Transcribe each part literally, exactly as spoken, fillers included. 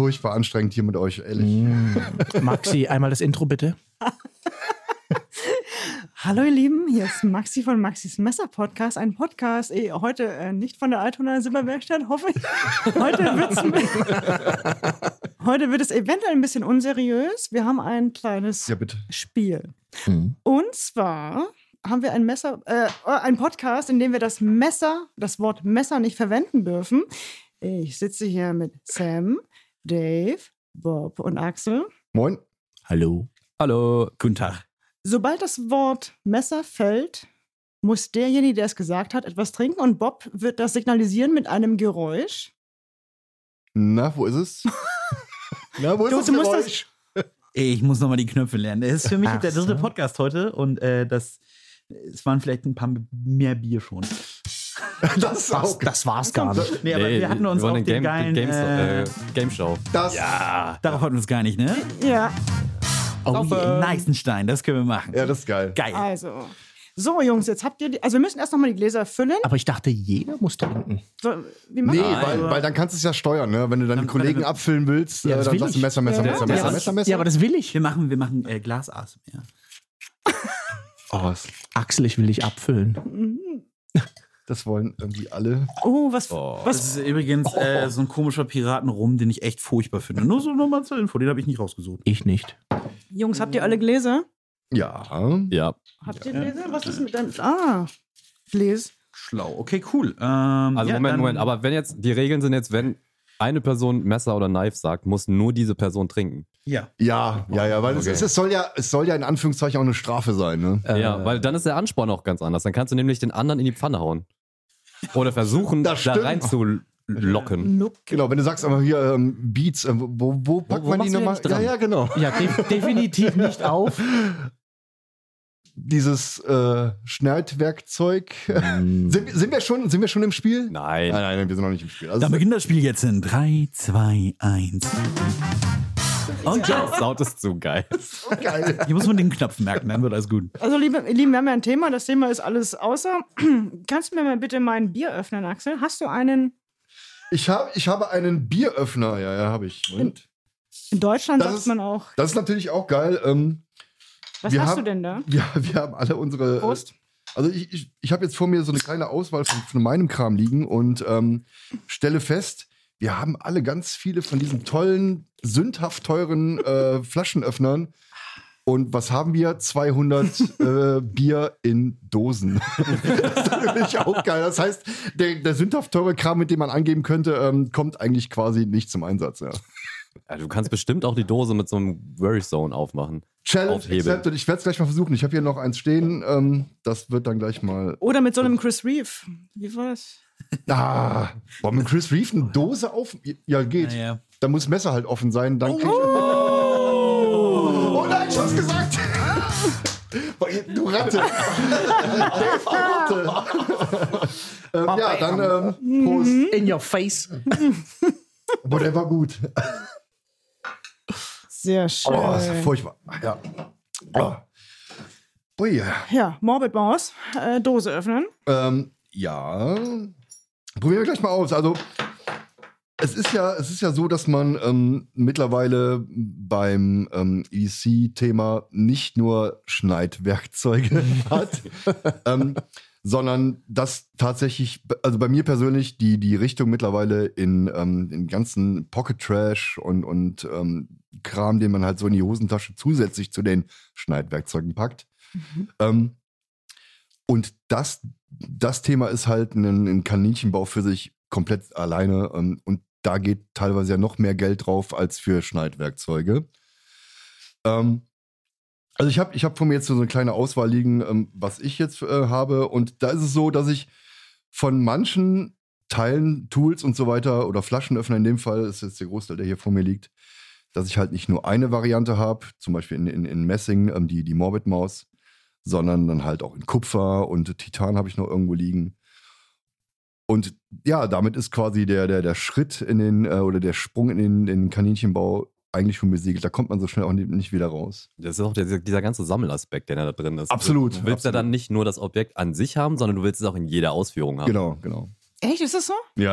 furchtbar anstrengend hier mit euch, ehrlich. Mm. Maxi, einmal das Intro bitte. Hallo ihr Lieben, hier ist Maxi von Maxis Messer-Podcast. Ein Podcast, eh, heute äh, nicht von der Altona Silberwerkstatt, hoffe ich. Heute, wird's, heute wird es eventuell ein bisschen unseriös. Wir haben ein kleines Ja, bitte. Spiel. Mhm. Und zwar haben wir ein Messer, äh, ein Podcast, in dem wir das Messer, das Wort Messer nicht verwenden dürfen. Ich sitze hier mit Sam, Dave, Bob und Axel. Moin. Hallo. Hallo, guten Tag. Sobald das Wort Messer fällt, muss derjenige, der es gesagt hat, etwas trinken und Bob wird das signalisieren mit einem Geräusch. Na, wo ist es? Na, wo ist Du- das du musst Geräusch? Ich muss nochmal die Knöpfe lernen. Das ist für mich Ach der dritte so. Podcast heute und äh, das, es waren vielleicht ein paar mehr Bier schon. Das ist auch Das war's gar nicht. Nee, aber Nee, wir hatten uns wollen auf den den Game, geilen... Games, äh, äh, Game Show. das. ja, darauf hatten wir uns gar nicht, ne? Ja, Oh, Auf, yeah, ähm, Neißenstein, das können wir machen. Ja, das ist geil. Geil. also. So, Jungs, jetzt habt ihr die. Also, wir müssen erst nochmal die Gläser füllen. Aber ich dachte, jeder muss trinken. So, wie machen Nee, wir das? weil, weil dann kannst du es ja steuern, ne? Wenn du dann die Dann- Kollegen dann- abfüllen willst, Ja, äh, das dann will sagst du ich. Messer, Messer, Ja. Messer, Ja, Messer, das- Messer, Messer. Ja, aber das will ich. Wir machen, wir machen äh, Glas-A S M R. Oh, das, Axel, ich will dich abfüllen. das wollen irgendwie alle. Oh, was. Oh. was Das ist übrigens äh, so ein komischer Piratenrum, den ich echt furchtbar finde. Nur so nochmal zur Info, den habe ich nicht rausgesucht. Ich nicht. Jungs, habt ihr alle Gläser? Ja. Ja. Habt ihr Gläser? Was ist mit deinem. Ah, Gläs. Schlau. Okay, cool. Ähm, Also ja, Moment, dann- Moment. Aber wenn jetzt, die Regeln sind jetzt, wenn eine Person Messer oder Knife sagt, muss nur diese Person trinken. Ja. Ja, ja, ja, weil Okay. es, es, soll ja, es soll ja in Anführungszeichen auch eine Strafe sein, ne? Ja, weil dann ist der Ansporn auch ganz anders. Dann kannst du nämlich den anderen in die Pfanne hauen. Oder versuchen, Das da stimmt. rein zu locken. Look. Genau, wenn du sagst, aber hier ähm, Beats, äh, wo, wo packt wo man die machst du die nochmal? nicht Ja, dran? ja, genau. Ja, def definitiv nicht auf. Dieses äh, Schneidwerkzeug. sind, wir- sind, wir schon, sind wir schon im Spiel? Nein. Nein, nein, wir sind noch nicht im Spiel. Also, Dann beginnt das Spiel jetzt in drei, zwei, eins. Und Das Sound ist zu geil. so geil. hier muss man den Knopf merken, dann wird alles gut. Also, liebe, ihr Lieben, wir haben ja ein Thema. Das Thema ist alles außer. Kannst du mir mal bitte mein Bier öffnen, Axel? Hast du einen. Ich, hab, ich habe einen Bieröffner. Ja, ja, habe ich. Moment. In Deutschland Das sagt ist- man auch. Das ist natürlich auch geil. Ähm, Was wir hast haben- du denn da? wir, wir haben alle unsere. Prost. Also ich, ich, ich habe jetzt vor mir so eine kleine Auswahl von, von meinem Kram liegen und ähm, stelle fest, wir haben alle ganz viele von diesen tollen, sündhaft teuren äh, Flaschenöffnern. Und was haben wir? zweihundert äh, Bier in Dosen. Das ist natürlich auch geil. Das heißt, der, der sündhaft teure Kram, mit dem man angeben könnte, ähm, kommt eigentlich quasi nicht zum Einsatz. Ja. Ja, du kannst bestimmt auch die Dose mit so einem Worry Zone aufmachen. Challenge Aufhebeln. accepted. Ich werde es gleich mal versuchen. Ich habe hier noch eins stehen. Ähm, das wird dann gleich mal. Oder mit so einem Chris Reeve. Wie war das? Ah, boah, mit Chris Reeve eine Dose auf? Ja, geht. Ja, ja. Da muss das Messer halt offen sein. Dann krieg ich. Oh nein, ich hab's gesagt! Boah, du Ratte! Dave, du Ratte! ähm, ja, dann ähm, Prost. In your face. Boah, der war gut. Sehr schön. Oh, das ist ja furchtbar. Ja. Oh. Ui. Ja, Morbid Maus. Äh, Dose öffnen. Ähm, ja. Probieren wir gleich mal aus. Also, es ist ja, es ist ja so, dass man ähm, mittlerweile beim ähm, E C-Thema nicht nur Schneidwerkzeuge hat, ähm, sondern dass tatsächlich, also bei mir persönlich, die, die Richtung mittlerweile in ähm, den ganzen Pocket Trash und, und ähm, Kram, den man halt so in die Hosentasche zusätzlich zu den Schneidwerkzeugen packt. Ähm, und das, das Thema ist halt ein, ein Kaninchenbau für sich komplett alleine. Ähm, und da geht teilweise ja noch mehr Geld drauf als für Schneidwerkzeuge. Ähm, also ich habe ich hab vor mir jetzt so eine kleine Auswahl liegen, ähm, was ich jetzt äh, habe. Und da ist es so, dass ich von manchen Teilen, Tools und so weiter oder Flaschenöffner in dem Fall, ist jetzt der Großteil, der hier vor mir liegt, dass ich halt nicht nur eine Variante habe, zum Beispiel in, in, in Messing, ähm, die, die Morbid-Maus, sondern dann halt auch in Kupfer und Titan habe ich noch irgendwo liegen. Und ja, damit ist quasi der, der, der Schritt in den, äh, oder der Sprung in den, den Kaninchenbau eigentlich schon besiegelt. Da kommt man so schnell auch nicht, nicht wieder raus. Das ist auch der, dieser ganze Sammelaspekt, der da drin ist. Absolut, Du willst absolut. ja dann nicht nur das Objekt an sich haben, sondern du willst es auch in jeder Ausführung haben. Genau, genau. Echt, ist das so? Ja, ja.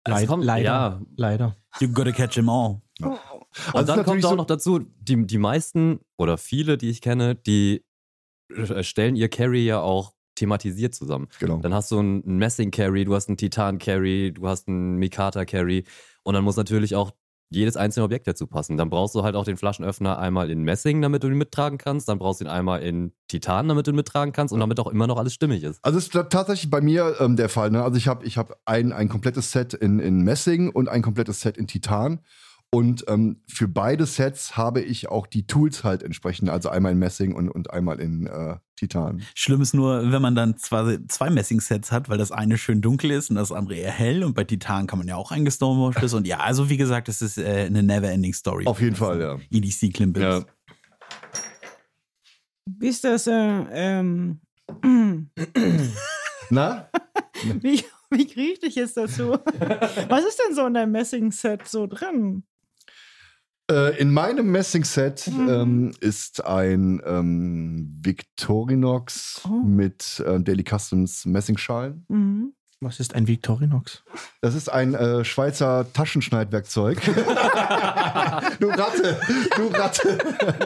Leid, kommt- leider. ja. Leider. You gotta catch them all. Und Also dann ist kommt natürlich auch so- noch dazu, die, die meisten oder viele, die ich kenne, die äh, stellen ihr Carry ja auch thematisiert zusammen. Genau. Dann hast du einen Messing-Carry, du hast einen Titan-Carry, du hast einen Mikata-Carry und dann muss natürlich auch jedes einzelne Objekt dazu passen. Dann brauchst du halt auch den Flaschenöffner einmal in Messing, damit du ihn mittragen kannst, dann brauchst du ihn einmal in Titan, damit du ihn mittragen kannst und damit auch immer noch alles stimmig ist. Also ist tatsächlich bei mir ähm, der Fall. Ne? Also ich habe ich hab ein, ein komplettes Set in, in Messing und ein komplettes Set in Titan. Und ähm, für beide Sets habe ich auch die Tools halt entsprechend. Also einmal in Messing und, und einmal in äh, Titan. Schlimm ist nur, wenn man dann zwar zwei Messing-Sets hat, weil das eine schön dunkel ist und das andere eher hell. Und bei Titan kann man ja auch eingestormwashed ist. Und ja, also wie gesagt, das ist äh, eine never-ending-Story. Auf jeden Fall, ja. E D C-Klimbits. Ja. Wie ist das, äh, ähm, Na? wie, wie kriege ich dich jetzt dazu? Was ist denn so in deinem Messing-Set so drin? Äh, in meinem Messing-Set Mhm. ähm, ist ein ähm, Victorinox Oh. mit äh, Daily Customs Messingschalen. Mhm. Was ist ein Victorinox? Das ist ein äh, Schweizer Taschenschneidwerkzeug. du Ratte, du Ratte.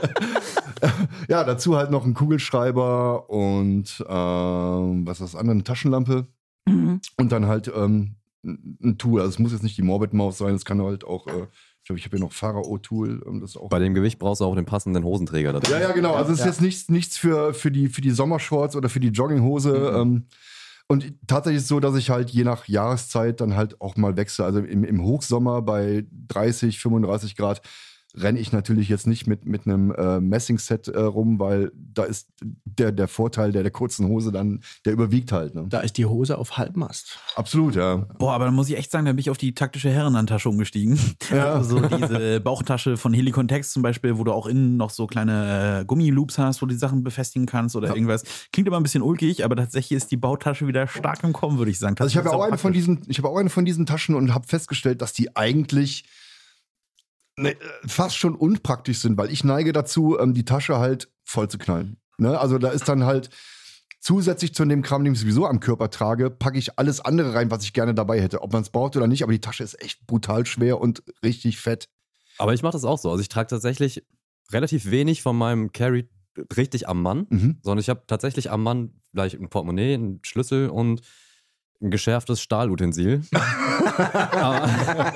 Ja, dazu halt noch ein Kugelschreiber und ähm, was ist das andere, eine Taschenlampe Mhm. und dann halt ähm, ein Tool. Also es muss jetzt nicht die Morbid-Maus sein, es kann halt auch, äh, ich glaube, ich habe hier noch Pharao-Tool. Ähm, das ist auch Bei dem Gewicht brauchst du auch den passenden Hosenträger dazu. ja, ja, genau. Also es ist jetzt nichts, nichts für, für, die, für die Sommershorts oder für die Jogginghose. Mhm. Ähm, und tatsächlich ist es so, dass ich halt je nach Jahreszeit dann halt auch mal wechsle. Also im, im Hochsommer bei dreißig, fünfunddreißig Grad renne ich natürlich jetzt nicht mit, mit einem äh, Messing-Set äh, rum, weil da ist der, der Vorteil der, der kurzen Hose dann, der überwiegt halt. Ne? Da ist die Hose auf Halbmast. Absolut, ja. Boah, aber dann muss ich echt sagen, da bin ich auf die taktische Herrenhandtasche umgestiegen. Ja. Also so diese Bauchtasche von Helicon Tex zum Beispiel, wo du auch innen noch so kleine äh, Gummiloops hast, wo du die Sachen befestigen kannst oder Ja. irgendwas. Klingt immer ein bisschen ulkig, aber tatsächlich ist die Bauchtasche wieder stark im Kommen, würde ich sagen. Also ich habe ja Das ist auch eine von praktisch. diesen, ich habe auch eine von diesen Taschen und habe festgestellt, dass die eigentlich ne, fast schon unpraktisch sind, weil ich neige dazu, ähm, die Tasche halt voll zu knallen. Ne? Also da ist dann halt zusätzlich zu dem Kram, den ich sowieso am Körper trage, packe ich alles andere rein, was ich gerne dabei hätte, ob man es braucht oder nicht. Aber die Tasche ist echt brutal schwer und richtig fett. Aber ich mache das auch so. Also ich trage tatsächlich relativ wenig von meinem Carry richtig am Mann, Mhm. sondern ich habe tatsächlich am Mann gleich ein Portemonnaie, einen Schlüssel und ein geschärftes Stahlutensil. aber,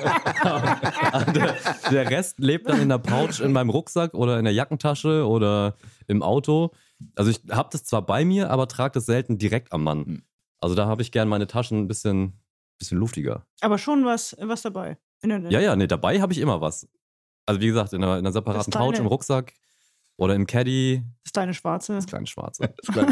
aber der, der Rest lebt dann in der Pouch in meinem Rucksack oder in der Jackentasche oder im Auto. Also ich habe das zwar bei mir, aber trage das selten direkt am Mann. Mhm. Also da habe ich gern meine Taschen ein bisschen, bisschen luftiger. Aber schon was, was dabei. In der, in Ja, ja, nee, dabei habe ich immer was. Also wie gesagt, in einer, in einer separaten Das ist Pouch deine- im Rucksack oder im Caddy, Das ist deine schwarze. das kleine Schwarze. Ist klar.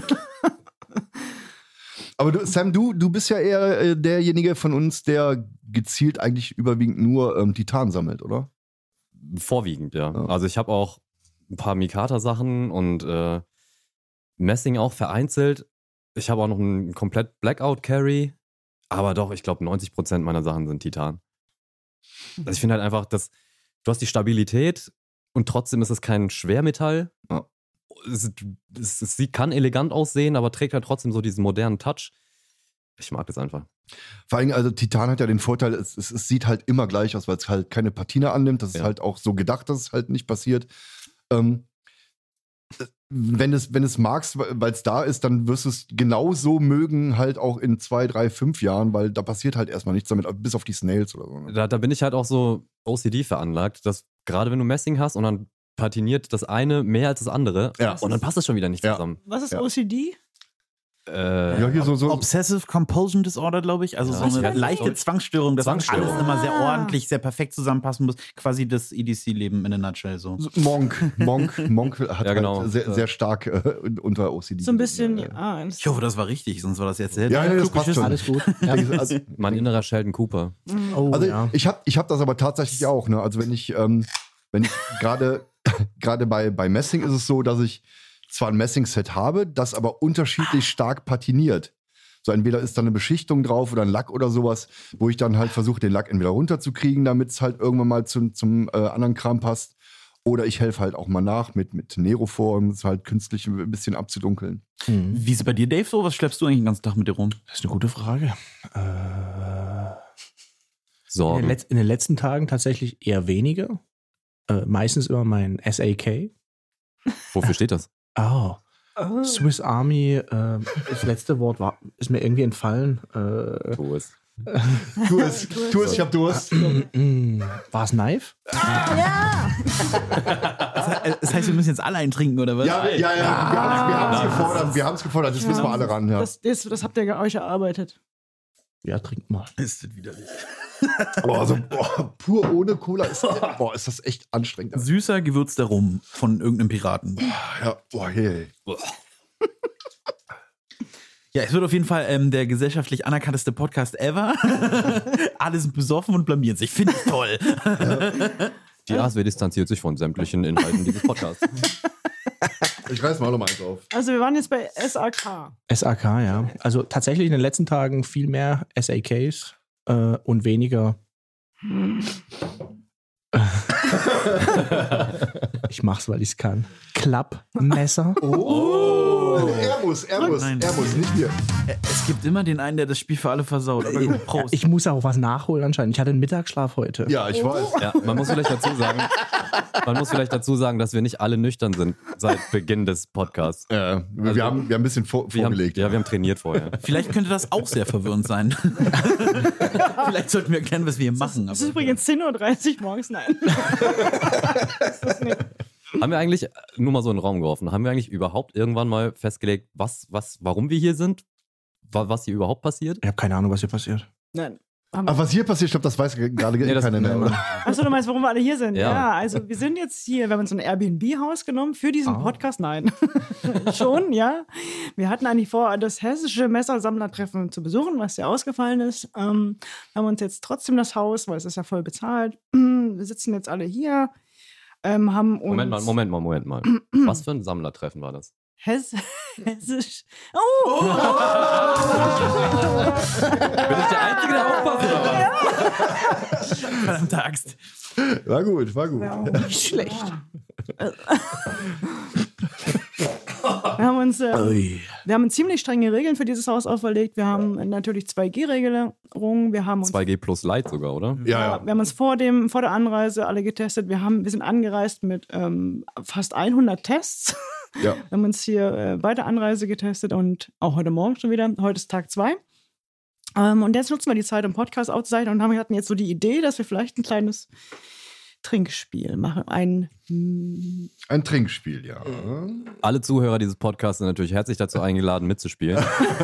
Aber du, Sam, du, du bist ja eher äh, derjenige von uns, der gezielt eigentlich überwiegend nur ähm, Titan sammelt, oder? Vorwiegend, ja. Ja. Also ich habe auch ein paar Mikata-Sachen und äh, Messing auch vereinzelt. Ich habe auch noch einen komplett Blackout-Carry. Aber doch, ich glaube, neunzig Prozent meiner Sachen sind Titan. Also ich finde halt einfach, dass du hast die Stabilität und trotzdem ist es kein Schwermetall. Ja. Es, es, es sieht, kann elegant aussehen, aber trägt halt trotzdem so diesen modernen Touch. Ich mag das einfach. Vor allem, also Titan hat ja den Vorteil, es, es, es sieht halt immer gleich aus, weil es halt keine Patina annimmt. Das ist Ja. halt auch so gedacht, dass es halt nicht passiert. Ähm, wenn es, wenn es magst, weil es da ist, dann wirst du es genauso mögen, halt auch in zwei, drei, fünf Jahren, weil da passiert halt erstmal nichts damit, bis auf die Snails oder so. Ne? Da, da bin ich halt auch so O C D veranlagt, dass gerade wenn du Messing hast und dann patiniert das eine mehr als das andere Ja. und dann passt es schon wieder nicht Ja. zusammen. Was ist Ja. O C D? Äh, Ja, hier so, so. Obsessive Compulsion Disorder, glaube ich. Also Ja, so ich eine weiß nicht. leichte Zwangsstörung, dass Zwangsstörung. alles immer sehr Ah. ordentlich, sehr perfekt zusammenpassen muss. Quasi das E D C-Leben in a nutshell so. so Monk, Monk, Monk hat Ja, genau. halt sehr, Ja. sehr stark äh, unter O C D. So ein bisschen. Äh, Ah, das Ich hoffe, das war richtig, sonst war das jetzt sehr Ja, ja, das klug passt beschissen. schon. Alles gut. Ja. also, mein innerer Sheldon Cooper. Oh, Also ja. ich habe ich hab das aber tatsächlich auch. Ne? Also wenn ich, ähm, wenn ich gerade gerade bei, bei Messing ist es so, dass ich zwar ein Messing-Set habe, das aber unterschiedlich stark patiniert. So entweder ist da eine Beschichtung drauf oder ein Lack oder sowas, wo ich dann halt versuche, den Lack entweder runterzukriegen, damit es halt irgendwann mal zum, zum äh, anderen Kram passt. Oder ich helfe halt auch mal nach mit, mit Nerofor, um es halt künstlich ein bisschen abzudunkeln. Hm. Wie ist es bei dir, Dave, so? Was schleppst du eigentlich den ganzen Tag mit dir rum? Das ist eine gute Frage. Äh, In Sorgen. den, Letz-, in den letzten Tagen tatsächlich eher weniger. Äh, meistens immer mein S A K. Wofür steht das? Oh. Oh. Swiss Army, äh, das letzte Wort war, ist mir irgendwie entfallen. Äh, Wo ist? Tu es, tu es, ich hab Durst. war es Knife? Ja! Das heißt, wir müssen jetzt alle eintrinken, oder was? Ja, ja, ja, wir haben es gefordert, wir haben es gefordert, das müssen wir alle ran. Ja. Das, das, das habt ihr euch erarbeitet. Ja, trink mal. Ist das widerlich. Boah, so, boah, pur ohne Cola ist, boah, ist das echt anstrengend. Süßer, gewürzter Rum von irgendeinem Piraten. Ja, boah, hey. Ja, es wird auf jeden Fall ähm, der gesellschaftlich anerkannteste Podcast ever. Alle sind besoffen und blamieren sich. Finde ich toll. Die A S W distanziert sich von sämtlichen Inhalten dieses Podcasts. Ich reiß mal noch mal eins auf. Also wir waren jetzt bei S A K. S A K, ja. Also tatsächlich in den letzten Tagen viel mehr S A Ks äh, und weniger. Ich mach's, weil ich's kann. Klappmesser. Oh, er muss, er muss, Nein. er muss, nicht wir. Es gibt immer den einen, der das Spiel für alle versaut. Aber gut, Prost. Ich muss auch was nachholen anscheinend. Ich hatte einen Mittagsschlaf heute. Ja, ich weiß. Ja, man muss vielleicht dazu sagen, man muss vielleicht dazu sagen, dass wir nicht alle nüchtern sind seit Beginn des Podcasts. Ja, wir, Also, haben, wir haben ein bisschen vor, Wir haben, vorgelegt. ja, wir haben trainiert vorher. Vielleicht könnte das auch sehr verwirrend sein. Vielleicht sollten wir erklären, was wir hier machen. Es ist Aber übrigens zehn Uhr dreißig morgens. Nein. Das ist nicht. Haben wir eigentlich, nur mal so in den Raum geworfen, haben wir eigentlich überhaupt irgendwann mal festgelegt, was, was, warum wir hier sind? Wa- Was hier überhaupt passiert? Ich habe keine Ahnung, was hier passiert. Nein. Aber was hier passiert, ich glaube, das weiß gerade Nee, das- keiner mehr. Oder? Achso, du meinst, warum wir alle hier sind? Ja. Ja, also wir sind jetzt hier, wir haben uns ein Airbnb-Haus genommen für diesen Ah. Podcast. Nein, schon, ja. Wir hatten eigentlich vor, das hessische Messersammlertreffen zu besuchen, was ja ausgefallen ist. Ähm, haben uns jetzt trotzdem das Haus, weil es ist ja voll bezahlt. Wir sitzen jetzt alle hier, ähm, haben uns... Moment mal, Moment mal, Moment mal. Was für ein Sammlertreffen war das? Hess Hessisch. Oh! Bin ich der Einzige, der aufpasst, oder was? verdammte Axt. War gut, war gut. Ja. Nicht schlecht. Wir haben uns, äh, Ui. wir haben ziemlich strenge Regeln für dieses Haus auferlegt. Wir haben natürlich zwei G-Regelungen. Wir haben uns, zwei G plus Light sogar, oder? Ja, ja. wir haben uns vor, dem, vor der Anreise alle getestet. Wir, haben, wir sind angereist mit ähm, fast hundert Tests. ja. Wir haben uns hier äh, bei der Anreise getestet und auch heute Morgen schon wieder. Heute ist Tag zwei. Ähm, und jetzt nutzen wir die Zeit, um Podcast aufzuzeichnen und haben, hatten jetzt so die Idee, dass wir vielleicht ein kleines Trinkspiel machen. Ein mm, Ein Trinkspiel, ja. Alle Zuhörer dieses Podcasts sind natürlich herzlich dazu eingeladen, mitzuspielen.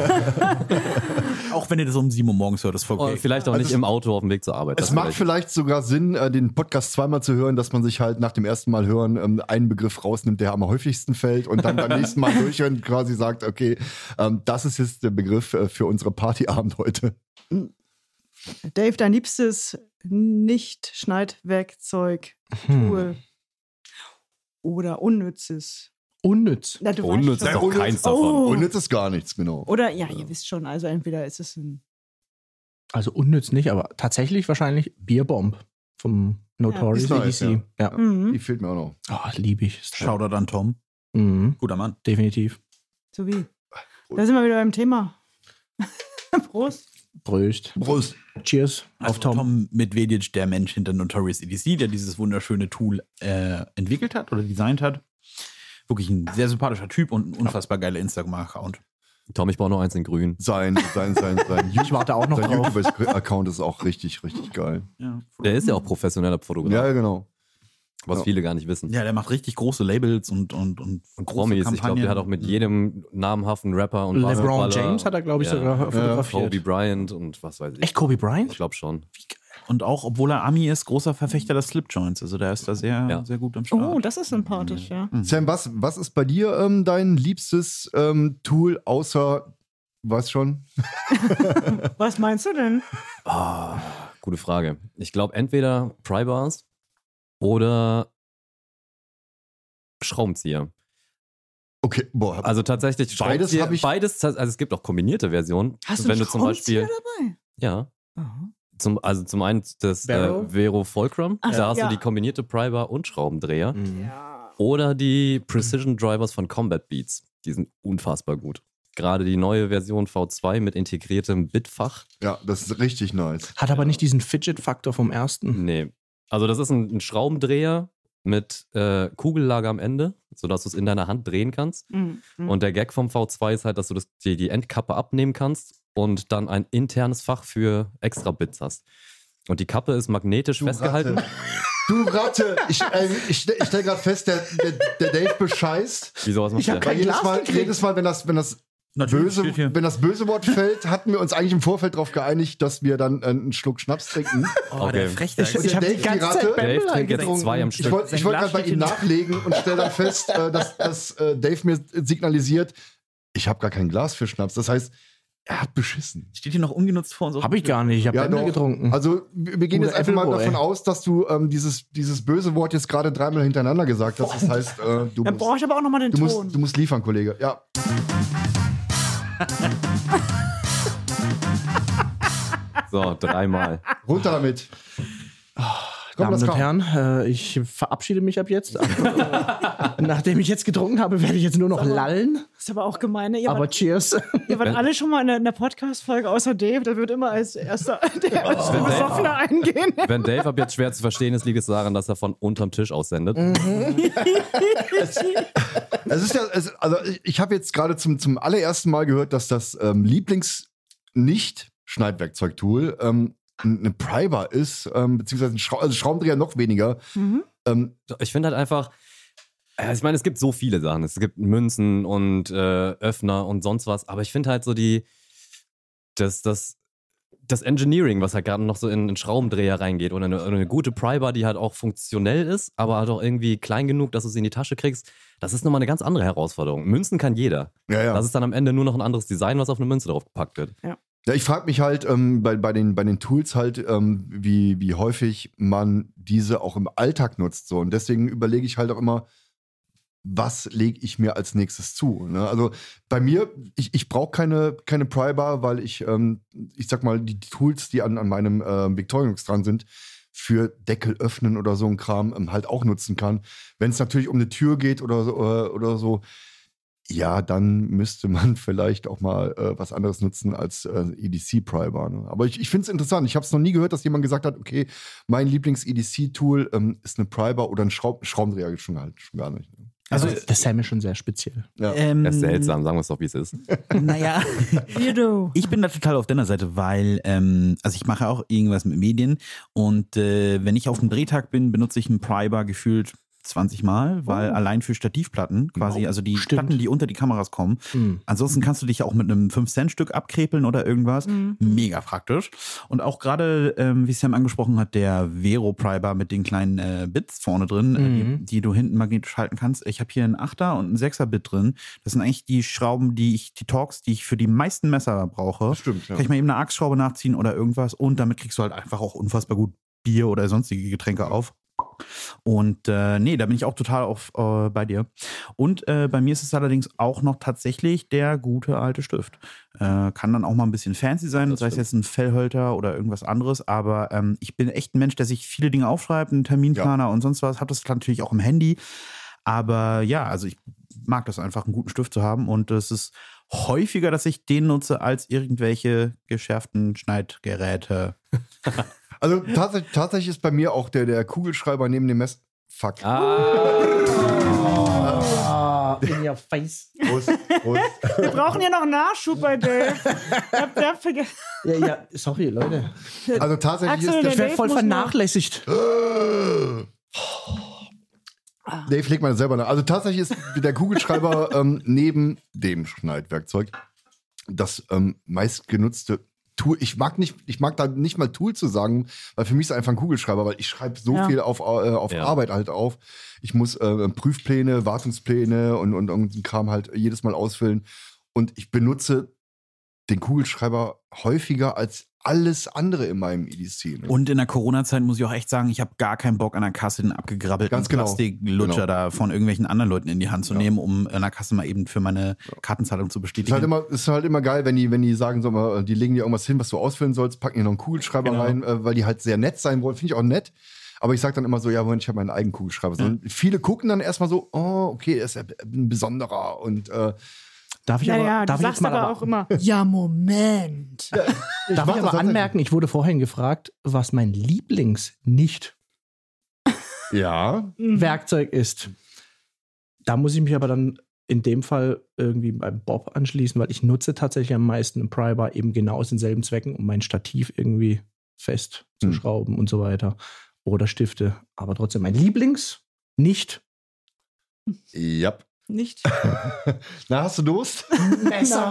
Auch wenn ihr das um sieben Uhr morgens hört, ist voll okay. Und vielleicht auch Also nicht es- im Auto auf dem Weg zur Arbeit. Es Das macht vielleicht. vielleicht sogar Sinn, äh, den Podcast zweimal zu hören, dass man sich halt nach dem ersten Mal hören ähm, einen Begriff rausnimmt, der am häufigsten fällt und dann beim nächsten Mal durchhören quasi sagt, okay, ähm, das ist jetzt der Begriff äh, für unsere Partyabend heute. Dave, dein liebstes Nicht-Schneidwerkzeug, Hm. Tool oder unnützes. Unnütz. Na, du weißt Unnütz schon. ist doch Unnütz- keins davon. Oh. Und jetzt ist gar nichts, genau. Oder, ja, ihr wisst schon, also entweder ist es ein. Also unnütz nicht, aber tatsächlich wahrscheinlich Bierbomb vom Notorious ist nice, E D C. Ja. Die Mhm. fehlt mir auch noch. Oh, liebe ich. Ist toll. Shoutout an Tom. Mhm. Guter Mann. Definitiv. So wie. Da sind wir wieder beim Thema. Prost. Bröst. Prost. Cheers Also auf Tom. Tom Medvedic, der Mensch hinter Notorious E D C, der dieses wunderschöne Tool äh, entwickelt hat oder designt hat. Wirklich ein sehr sympathischer Typ und ein unfassbar geiler Instagram-Account. Tom, ich brauche noch eins in grün. Sein, sein, sein, sein, Ich warte auch noch sein drauf. YouTube-Account ist auch richtig, richtig geil. Ja, Der ist ja auch professioneller Fotograf, Ja, genau. was ja. viele gar nicht wissen. ja, der macht richtig große Labels und, und, und, Und große Promis, ich glaube, Kampagnen. der hat auch mit jedem namhaften Rapper und LeBron Basketballer- James hat er, glaube ich, Ja. sogar Ja. fotografiert. Kobe Bryant und was weiß ich. Echt Kobe Ich Bryant? glaube schon. Und auch, obwohl er Ami ist, großer Verfechter des Slipjoints. Also der ist da sehr, Ja. sehr gut am Start. Oh, das ist sympathisch, ja. Sam, was, was ist bei dir ähm, dein liebstes ähm, Tool außer, weißt schon? Was meinst du denn? Ah, gute Frage. Ich glaube entweder Pry-Bars oder Schraubenzieher. Okay, boah. Also tatsächlich Beides Schraubenzieher- hab ich- Beides, also es gibt auch kombinierte Versionen. Hast du Wenn einen du zum Beispiel, Schraubenzieher ja, dabei? Aha. zum, also zum einen das Vero? äh, Vero Fulcrum, Ach, da hast ja. du die kombinierte Pry-Bar und Schraubendreher. Mhm. Ja. Oder die Precision Drivers von Combat Beats. Die sind unfassbar gut. gerade die neue Version V zwei mit integriertem Bitfach. Ja, das ist richtig nice. Hat aber nicht diesen Fidget-Faktor vom ersten. Nee. Also das ist ein, ein Schraubendreher mit äh, Kugellager am Ende, sodass du es in deiner Hand drehen kannst. Mhm. Mhm. Und der Gag vom V zwei ist halt, dass du das, die, die Endkappe abnehmen kannst und dann ein internes Fach für extra Bits hast. Und die Kappe ist magnetisch Du festgehalten. Ratte. Du Ratte! Ich, äh, ich, ich stelle gerade fest, der, der, der Dave bescheißt. Wieso, was macht Ich hab der? kein Weil jedes Glas Mal, gekriegt. jedes Mal, wenn das, wenn das Natürlich böse, steht hier. wenn das böse Wort fällt, hatten wir uns eigentlich im Vorfeld darauf geeinigt, dass wir dann äh, einen Schluck Schnaps trinken. Oh, Okay. der Frechtag. Und Ich der hab die Dave, ganze Ratte, Zeit Bamble Dave trinkt jetzt eingetrunken. zwei am Ich Stück. wollte ich Sein wollt Glas gerade bei steht ihm hier nachlegen und stelle dann fest, äh, dass, dass äh, Dave mir signalisiert, ich habe gar kein Glas für Schnaps. Das heißt, er hat beschissen. Steht hier noch ungenutzt vor uns. Hab ich gar nicht. Ich habe Ja, Bamble doch. getrunken. Also wir wir gehen Guter jetzt einfach mal Appleboy. davon aus, dass du ähm, dieses, dieses böse Wort jetzt gerade dreimal hintereinander gesagt hast. Das heißt, äh, du, Dann brauche musst, ich aber auch nochmal den du, Ton. musst, du musst liefern, Kollege. Ja. So, dreimal. Runter damit. Komm, Damen das und kam. Herren, äh, ich verabschiede mich ab jetzt. Nachdem ich jetzt getrunken habe, werde ich jetzt nur noch lallen. ist aber auch gemein. Ne? Ihr, Aber wart, cheers. ihr wart alle schon mal in der, in der Podcast-Folge außer Dave. Der wird immer als erster der als Wenn Dave- Besoffener eingehen. Wenn Dave ab jetzt schwer zu verstehen ist, liegt es daran, dass er von unterm Tisch aussendet. Es ist ja, es, also ich, ich habe jetzt gerade zum, zum allerersten Mal gehört, dass das ähm, Lieblings-Nicht-Schneidwerkzeugtool ähm, eine Prybar ist, ähm, beziehungsweise ein Schrau also Schraubendreher noch weniger. Mhm. Ähm, Ich finde halt einfach, äh, ich meine, es gibt so viele Sachen. Es gibt Münzen und äh, Öffner und sonst was, aber ich finde halt so die, das, das, das Engineering, was halt gerade noch so in einen Schraubendreher reingeht oder eine, eine gute Prybar, die halt auch funktionell ist, aber halt auch irgendwie klein genug, dass du sie in die Tasche kriegst, das ist nochmal eine ganz andere Herausforderung. Münzen kann jeder. ja, ja. Das ist dann am Ende nur noch ein anderes Design, was auf eine Münze drauf gepackt wird. Ja, ich frage mich halt ähm, bei, bei, den, bei den Tools halt, ähm, wie, wie häufig man diese auch im Alltag nutzt. So. Und deswegen überlege ich halt auch immer, was lege ich mir als nächstes zu? Ne? Also bei mir, ich, ich brauche keine, keine Prybar, weil ich, ähm, ich sag mal, die Tools, die an, an meinem äh, Victorinox dran sind, für Deckel öffnen oder so ein Kram ähm, halt auch nutzen kann. Wenn es natürlich um eine Tür geht oder so, oder, oder so, ja, dann müsste man vielleicht auch mal äh, was anderes nutzen als äh, E D C-Prybar. Ne? Aber ich, ich finde es interessant. Ich habe es noch nie gehört, dass jemand gesagt hat, okay, mein Lieblings-E D C-Tool ähm, ist eine Prybar oder ein Schraub Schraubendreher schon halt schon gar nicht. Ne? Also, das Sam ist schon sehr speziell. Ja. Ähm, Das ist seltsam, sagen wir es doch, wie es ist. Naja, Weirdo. ich bin da total auf deiner Seite, weil, ähm, also ich mache auch irgendwas mit Medien und äh, wenn ich auf dem Drehtag bin, benutze ich einen Prybar gefühlt zwanzig Mal, weil Oh. allein für Stativplatten quasi, also die stimmt. Platten, die unter die Kameras kommen. Mhm. Ansonsten kannst du dich auch mit einem fünf Cent Stück abkrepeln oder irgendwas. Mhm. Mega praktisch. Und auch gerade, ähm, wie Sam angesprochen hat, der Vero Prybar mit den kleinen äh, Bits vorne drin, äh, Mhm. die, die du hinten magnetisch halten kannst. Ich habe hier einen Achter und einen Sechser Bit drin. Das sind eigentlich die Schrauben, die ich, die Torx, die ich für die meisten Messer brauche. Das stimmt, ja. Kann ich mal eben eine Achsschraube nachziehen oder irgendwas und damit kriegst du halt einfach auch unfassbar gut Bier oder sonstige Getränke auf. Und äh, nee, da bin ich auch total auf, äh, bei dir. Und äh, bei mir ist es allerdings auch noch tatsächlich der gute alte Stift. Äh, kann dann auch mal ein bisschen fancy sein, Das sei es stimmt. jetzt ein Fellhalter oder irgendwas anderes. Aber ähm, ich bin echt ein Mensch, der sich viele Dinge aufschreibt, einen Terminplaner und sonst was. Hab das natürlich auch im Handy. Aber ja, also ich mag das einfach, einen guten Stift zu haben. Und es ist häufiger, dass ich den nutze, als irgendwelche geschärften Schneidgeräte. Also tatsächlich, tatsächlich ist bei mir auch der, der Kugelschreiber neben dem Mess. Fuck. Ah, in your face. Prost, Prost. Wir brauchen ja noch einen Nachschub bei Dave. Der, der vergessen. Ja, ja, sorry, Leute. Also tatsächlich Axel, ist der Ich der. werde voll muss noch- vernachlässigt. Dave legt mal selber nach. Also tatsächlich ist der Kugelschreiber ähm, neben dem Schneidwerkzeug das ähm, meistgenutzte Tool. Ich mag nicht, ich mag da nicht mal Tool zu sagen, weil für mich ist es einfach ein Kugelschreiber, weil ich schreibe so Ja. viel auf, äh, auf Ja. Arbeit halt auf. Ich muss äh, Prüfpläne, Wartungspläne und, und irgendeinen Kram halt jedes Mal ausfüllen. Und ich benutze den Kugelschreiber häufiger als alles andere in meinem E D C. Ne? Und in der Corona-Zeit muss ich auch echt sagen, ich habe gar keinen Bock, an der Kasse den abgegrabbelten Ganz genau. Plastiklutscher Genau. da von irgendwelchen anderen Leuten in die Hand zu Ja. nehmen, um an der Kasse mal eben für meine Kartenzahlung zu Ist bestätigen. halt immer, ist halt immer geil, wenn die, wenn die sagen, so, mal, die legen dir irgendwas hin, was du ausfüllen sollst, packen dir noch einen Kugelschreiber Genau. rein, äh, weil die halt sehr nett sein wollen. Finde ich auch nett. Aber ich sag dann immer so, ja, Moment, ich habe meinen eigenen Kugelschreiber. So, und viele gucken dann erstmal so, oh, okay, er ist ja ein besonderer. Und äh, Darf ich Naja, aber, darf du ich sagst jetzt mal aber, aber auch immer, ja, Moment. Ja, ich darf mach ich das aber anmerken, ich wurde vorhin gefragt, was mein Lieblings-Nicht-Werkzeug Ja. ist. Da muss ich mich aber dann in dem Fall irgendwie beim Bob anschließen, weil ich nutze tatsächlich am meisten einen Pry-Bar eben genau aus denselben Zwecken, um mein Stativ irgendwie festzuschrauben Hm. und so weiter. Oder Stifte. Aber trotzdem mein Lieblings nicht Ja. Nicht? Na, hast du Durst? Messer.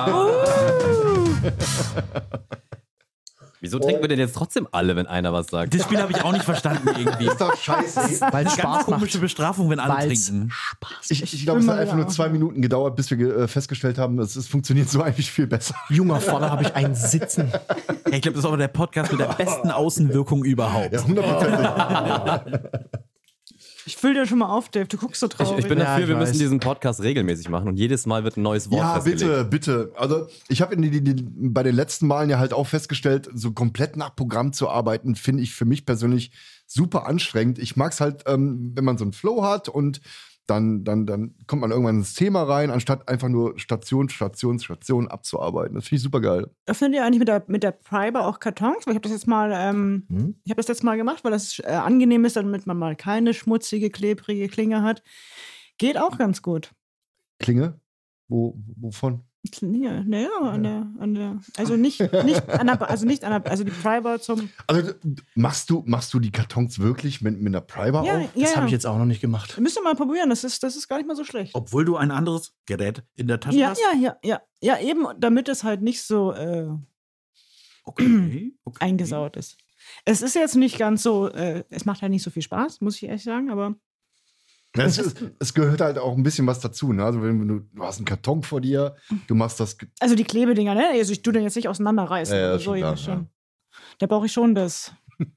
Wieso trinken wir denn jetzt trotzdem alle, wenn einer was sagt? Das Spiel habe ich auch nicht verstanden irgendwie. Ist doch scheiße. Weil es Ganz Spaß komische macht. Bestrafung, wenn alle Weil's trinken. Spaß Ich, macht. ich glaube, es hat Immer einfach nur wieder zwei auch. Minuten gedauert, bis wir ge- äh, festgestellt haben, es, es funktioniert so eigentlich viel besser. Junger Vater habe ich einen Sitzen. Ja, ich glaube, das ist auch der Podcast mit der besten Außenwirkung überhaupt. Ja, hundertprozentig. Ich füll dir schon mal auf, Dave. Du guckst so Ich, traurig. ich bin Ja, dafür, ich wir weiß. müssen diesen Podcast regelmäßig machen und jedes Mal wird ein neues Wort Ja, festgelegt. bitte, bitte. Also ich habe in die, die, die, bei den letzten Malen ja halt auch festgestellt, so komplett nach Programm zu arbeiten, finde ich für mich persönlich super anstrengend. Ich mag es halt, ähm, wenn man so einen Flow hat und dann, dann, dann kommt man irgendwann ins Thema rein, anstatt einfach nur Station, Station, Station abzuarbeiten. Das finde ich super geil. Öffnet ihr eigentlich mit der, mit der Pry-Bar auch Kartons? Weil ich habe das jetzt mal, ähm, Hm? ich habe das jetzt mal gemacht, weil das äh, angenehm ist, damit man mal keine schmutzige, klebrige Klinge hat. Geht auch ganz gut. Klinge? Wo, wovon? Klinge, naja, an der, an der, also nicht, nicht an der, also nicht an der, also die Pry-Bar zum, Also d- machst du, machst du die Kartons wirklich mit, mit einer Pry-Bar ja, auf? ja, Das habe ich ja. jetzt auch noch nicht gemacht. Müsst ihr mal probieren, das ist, das ist gar nicht mal so schlecht. Obwohl du ein anderes Gerät in der Tasche Ja, hast? ja, ja, ja, ja, eben, damit es halt nicht so äh, Okay. okay. eingesaut ist. Es ist jetzt nicht ganz so, äh, es macht halt nicht so viel Spaß, muss ich ehrlich sagen, aber Ja, es, ist, es gehört halt auch ein bisschen was dazu. Ne? Also wenn du, du hast einen Karton vor dir, du machst das. ge- also die Klebedinger, ne? Also ich tue den jetzt nicht auseinanderreißen. Ja, ja, oder schon so, klar, ich schon. Da brauche ich schon das.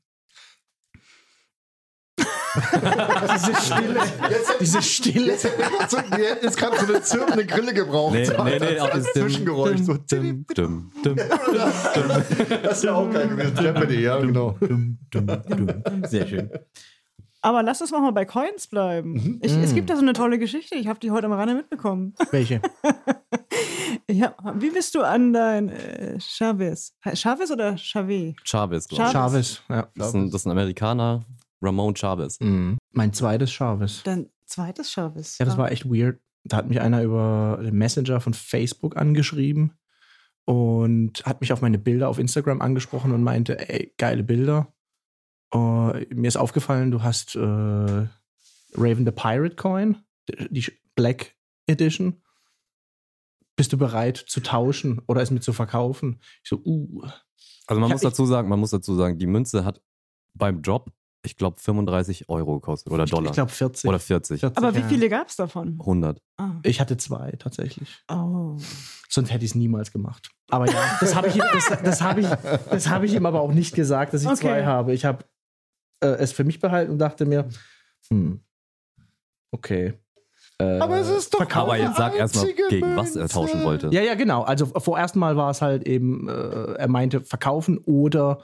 Diese Stille. Diese Stille. Jetzt, jetzt, jetzt, jetzt gerade so eine zirpende Grille gebraucht. Nee, so nee, nee, als, auch als das Zwischengeräusch. So. Dum, dum, dum. Das ist ja auch geil gewesen. Jeopardy, ja, genau. Dum, dum, dum. Sehr schön. Aber lass uns mal bei Coins bleiben. Mhm. Ich, es gibt da so eine tolle Geschichte, ich habe die heute am Rande mitbekommen. Welche? Ja, wie bist du an dein äh, Chavez? Chavez oder Chavez? Chavez, glaube ich. Chavez. Ja. Das ist, ein, das ist ein Amerikaner, Ramon Chavez. Mhm. Mein zweites Chavez. Dein zweites Chavez. Ja, das war echt weird. Da hat mich einer über den Messenger von Facebook angeschrieben und hat mich auf meine Bilder auf Instagram angesprochen und meinte, ey, geile Bilder. Uh, mir ist aufgefallen, du hast äh, Raven the Pirate Coin, die Black Edition. Bist du bereit zu tauschen oder es mit zu verkaufen? Ich so, uh. Also man Ich- muss dazu sagen, man muss dazu sagen, die Münze hat beim Job, ich glaube, fünfunddreißig Euro gekostet oder Ich, Dollar. ich glaube vierzig. oder vierzig. vierzig, Aber wie ja. viele gab es davon? hundert. Ah. Ich hatte zwei tatsächlich. Oh. Sonst hätte ich es niemals gemacht. Aber ja, das habe ich, ihm- das, das hab ich, das hab ich ihm aber auch nicht gesagt, dass ich Okay. zwei habe. Ich habe äh, es für mich behalten und dachte mir, hm, okay. Äh, Aber es ist doch verkaufen. Aber jetzt sag erstmal, einzige gegen was er Münze. tauschen wollte. Ja, ja, genau. Also vorerst mal war es halt eben, äh, er meinte verkaufen oder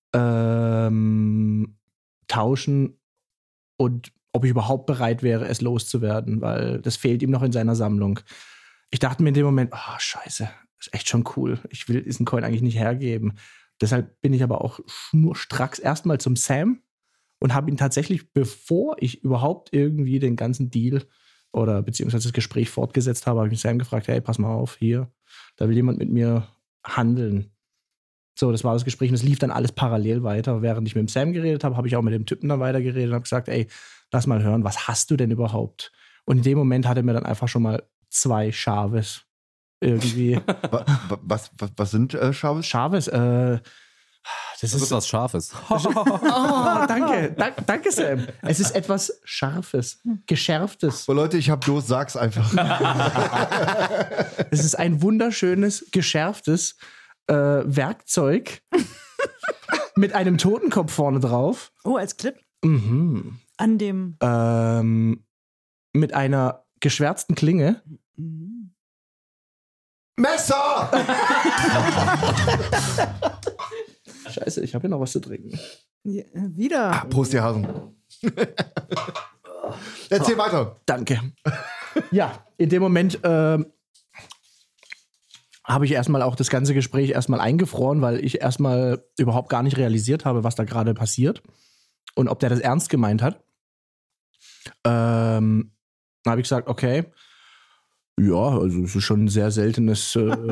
ähm, tauschen und ob ich überhaupt bereit wäre, es loszuwerden, weil das fehlt ihm noch in seiner Sammlung. Ich dachte mir in dem Moment, oh, scheiße, ist echt schon cool. Ich will diesen Coin eigentlich nicht hergeben. Deshalb bin ich aber auch schnurstracks erstmal zum Sam und habe ihn tatsächlich, bevor ich überhaupt irgendwie den ganzen Deal oder beziehungsweise das Gespräch fortgesetzt habe, habe ich mich Sam gefragt, hey, pass mal auf, hier, da will jemand mit mir handeln. So, das war das Gespräch und es lief dann alles parallel weiter. Während ich mit dem Sam geredet habe, habe ich auch mit dem Typen dann weiter geredet und habe gesagt, ey, lass mal hören, was hast du denn überhaupt? Und in dem Moment hat er mir dann einfach schon mal zwei Chaves irgendwie. Wa- wa- Was, was, was sind äh, Chaves? Chaves, äh, das Das ist ist. was Scharfes. Oh, danke, da, danke, Sam. Es ist etwas Scharfes, Geschärftes. So, Leute, ich hab Durst, sag's einfach. Es ist ein wunderschönes, geschärftes äh, Werkzeug mit einem Totenkopf vorne drauf. Oh, als Clip Mhm. an dem. Ähm, mit einer geschwärzten Klinge. Mhm. Messer! Scheiße, ich habe hier noch was zu trinken. Ja, wieder. Ah, Prost, ihr Hasen. Erzähl weiter. Danke. Ja, in dem Moment ähm, habe ich erstmal auch das ganze Gespräch erstmal eingefroren, weil ich erstmal überhaupt gar nicht realisiert habe, was da gerade passiert und ob der das ernst gemeint hat. Ähm, dann habe ich gesagt, okay, ja, also es ist schon ein sehr seltenes äh,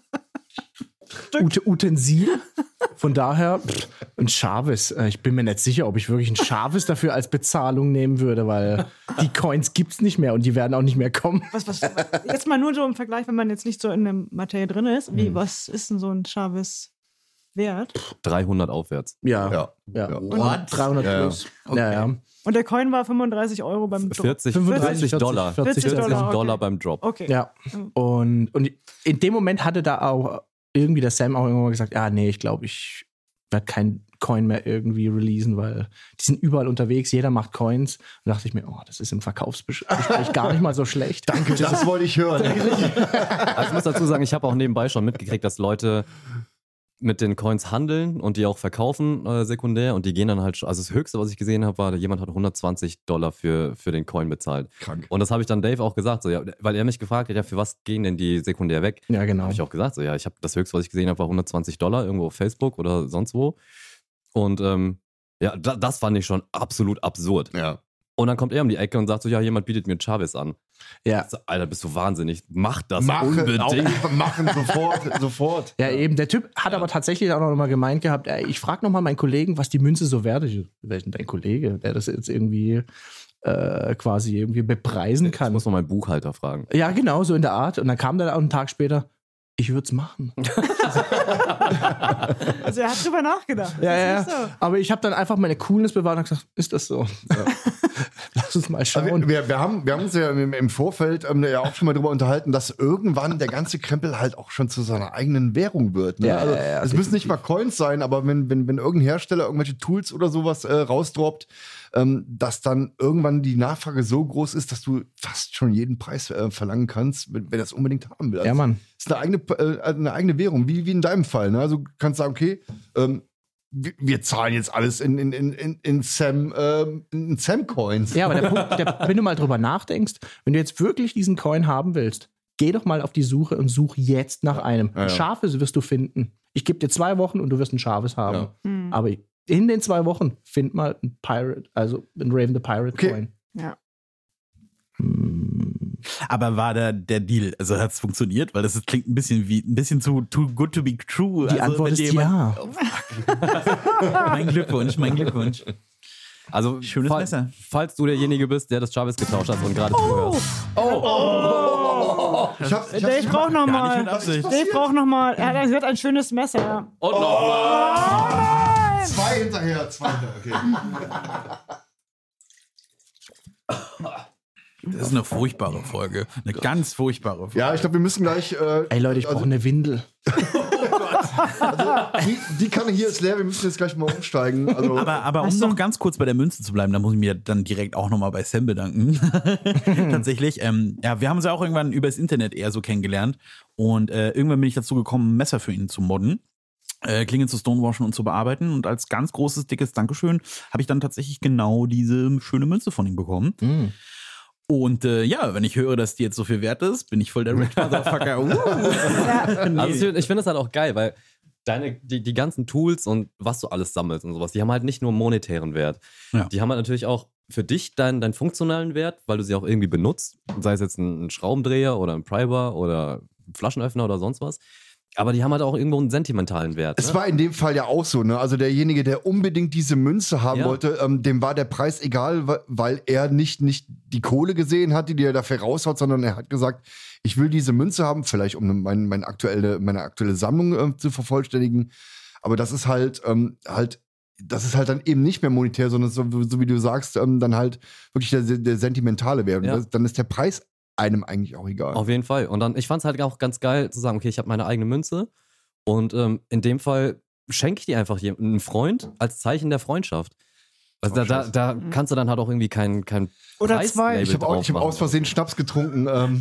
Ut- Utensil. Von daher, pff, ein Chavis. Äh, Ich bin mir nicht sicher, ob ich wirklich ein Chavis dafür als Bezahlung nehmen würde, weil die Coins gibt's nicht mehr und die werden auch nicht mehr kommen. Was, was, jetzt mal nur so im Vergleich, wenn man jetzt nicht so in der Materie drin ist. Wie, was ist denn so ein Chavis wert? dreihundert aufwärts. Ja, Ja. ja. Ja. Und dreihundert Ja, ja. plus. Ja, ja. Und der Coin war fünfunddreißig Euro beim Drop. vierzig, fünfunddreißig, vierzig Dollar. vierzig vierzig Dollar, Dollar okay. beim Drop. Okay. Ja. Und, und in dem Moment hatte da auch irgendwie der Sam auch irgendwann mal gesagt, ja, nee, ich glaube, ich werde kein Coin mehr irgendwie releasen, weil die sind überall unterwegs, jeder macht Coins. Da dachte ich mir, oh, das ist im Verkaufsgespräch gar nicht mal so schlecht. Danke, das wollte ich hören. Also ich muss dazu sagen, ich habe auch nebenbei schon mitgekriegt, dass Leute mit den Coins handeln und die auch verkaufen äh, sekundär und die gehen dann halt, schon- also das Höchste, was ich gesehen habe, war, jemand hat hundertzwanzig Dollar für, für den Coin bezahlt. Krank. Und das habe ich dann Dave auch gesagt, so, ja, weil er mich gefragt hat, ja, für was gehen denn die sekundär weg? Ja, genau. Habe ich auch gesagt, so, ja, ich habe das Höchste, was ich gesehen habe, war hundertzwanzig Dollar irgendwo auf Facebook oder sonst wo. Und ähm, ja, da, das fand ich schon absolut absurd. Ja. Und dann kommt er um die Ecke und sagt so, ja, jemand bietet mir Chavis an. Ja. Ich so, Alter, bist du wahnsinnig? Mach das Machen, unbedingt. auf jeden Fall machen, sofort, sofort. Ja, eben. Der Typ hat aber tatsächlich auch noch mal gemeint gehabt, ey, ich frage noch mal meinen Kollegen, was die Münze so wert ist. Wer ist denn dein Kollege, der das jetzt irgendwie äh, quasi irgendwie bepreisen Ich kann? muss mal meinen Buchhalter fragen. Ja, genau, so in der Art. Und dann kam der auch einen Tag später, ich würde es machen. Also er hat drüber nachgedacht. Ja, Das ja. ist nicht so. Aber ich habe dann einfach meine Coolness bewahrt und gesagt, ist das so? Lass uns mal Also schauen. wir, wir, haben, wir haben uns ja im, im Vorfeld ähm, ja auch schon mal drüber unterhalten, dass irgendwann der ganze Krempel halt auch schon zu seiner eigenen Währung wird. Ne? Ja, also, ja, ja, es müssen nicht mal Coins sein, aber wenn, wenn, wenn irgendein Hersteller irgendwelche Tools oder sowas äh, rausdroppt, ähm, dass dann irgendwann die Nachfrage so groß ist, dass du fast schon jeden Preis äh, verlangen kannst, wenn, wenn er das unbedingt haben will. Also Ja, Mann. ist eine eigene, äh, eine eigene Währung, wie, wie in deinem Fall. Ne? Also du kannst sagen, okay, ähm, wir, wir zahlen jetzt alles in, in, in, in, in Sam, ähm, in Sam-Coins. Ja, aber der Punkt, der, wenn du mal drüber nachdenkst, wenn du jetzt wirklich diesen Coin haben willst, geh doch mal auf die Suche und such jetzt nach einem. Ja, ja. Ein Scharfes wirst du finden. Ich gebe dir zwei Wochen und du wirst ein Scharfes haben. Ja. Hm. Aber in den zwei Wochen find mal ein Pirate, also ein Raven the Pirate Okay. Coin. Ja. Aber war da der Deal? Also hat es funktioniert? Weil das ist, klingt ein bisschen wie ein bisschen zu too good to be true. Die also, Antwort wenn ist dir jemand- ja. Mein Glückwunsch, mein Glückwunsch. Also, Schönes fall- Messer. falls du derjenige bist, der das Chavis getauscht hat und gerade zuhörst. Ich hab, ich Dave braucht noch Gar nicht mal. mit Absicht. Dave braucht noch mal. Er hat, er hat ein schönes Messer. Und nochmal! zwei hinterher, zwei hinterher. Okay. Das ist eine furchtbare Folge. Eine ganz furchtbare Folge. Ja, ich glaube, wir müssen gleich. Äh, Ey Leute, ich also, brauche eine Windel. die, die Kanne hier ist leer, wir müssen jetzt gleich mal umsteigen. Also, Aber, aber um Hast du- noch ganz kurz bei der Münze zu bleiben, da muss ich mir dann direkt auch nochmal bei Sam bedanken. Tatsächlich. Ähm, ja, wir haben uns ja auch irgendwann über das Internet eher so kennengelernt. Und äh, irgendwann bin ich dazu gekommen, ein Messer für ihn zu modden. Äh, Klingen zu stonewashen und zu bearbeiten. Und als ganz großes, dickes Dankeschön habe ich dann tatsächlich genau diese schöne Münze von ihm bekommen. Mm. Und äh, ja, wenn ich höre, dass die jetzt so viel wert ist, bin ich voll der Rich Motherfucker. Uh. Also ich, ich finde das halt auch geil, weil deine, die, die ganzen Tools und was du alles sammelst und sowas, die haben halt nicht nur monetären Wert. Ja. Die haben halt natürlich auch für dich deinen, deinen funktionalen Wert, weil du sie auch irgendwie benutzt. Sei es jetzt ein, ein Schraubendreher oder ein Prybar oder ein Flaschenöffner oder sonst was. Aber die haben halt auch irgendwo einen sentimentalen Wert. es Ne? war in dem Fall ja auch so, ne? Also derjenige, der unbedingt diese Münze haben Ja. wollte, ähm, dem war der Preis egal, wa- weil er nicht, nicht die Kohle gesehen hat, die er dafür raushaut, sondern er hat gesagt, ich will diese Münze haben, vielleicht um mein, mein aktuelle, meine aktuelle Sammlung äh, zu vervollständigen. Aber das ist halt, ähm, halt, das ist halt dann eben nicht mehr monetär, sondern so, so wie du sagst, ähm, dann halt wirklich der, der sentimentale Wert. Und Ja. das, dann ist der Preis einem eigentlich auch egal. Auf jeden Fall. Und dann, ich fand es halt auch ganz geil zu sagen, okay, ich habe meine eigene Münze und ähm, in dem Fall schenke ich die einfach jemandem, einem Freund als Zeichen der Freundschaft. Also da, da, da kannst du dann halt auch irgendwie kein, kein Oder Preislabel zwei. Ich habe drauf hab machen. aus Versehen Schnaps getrunken. Ähm.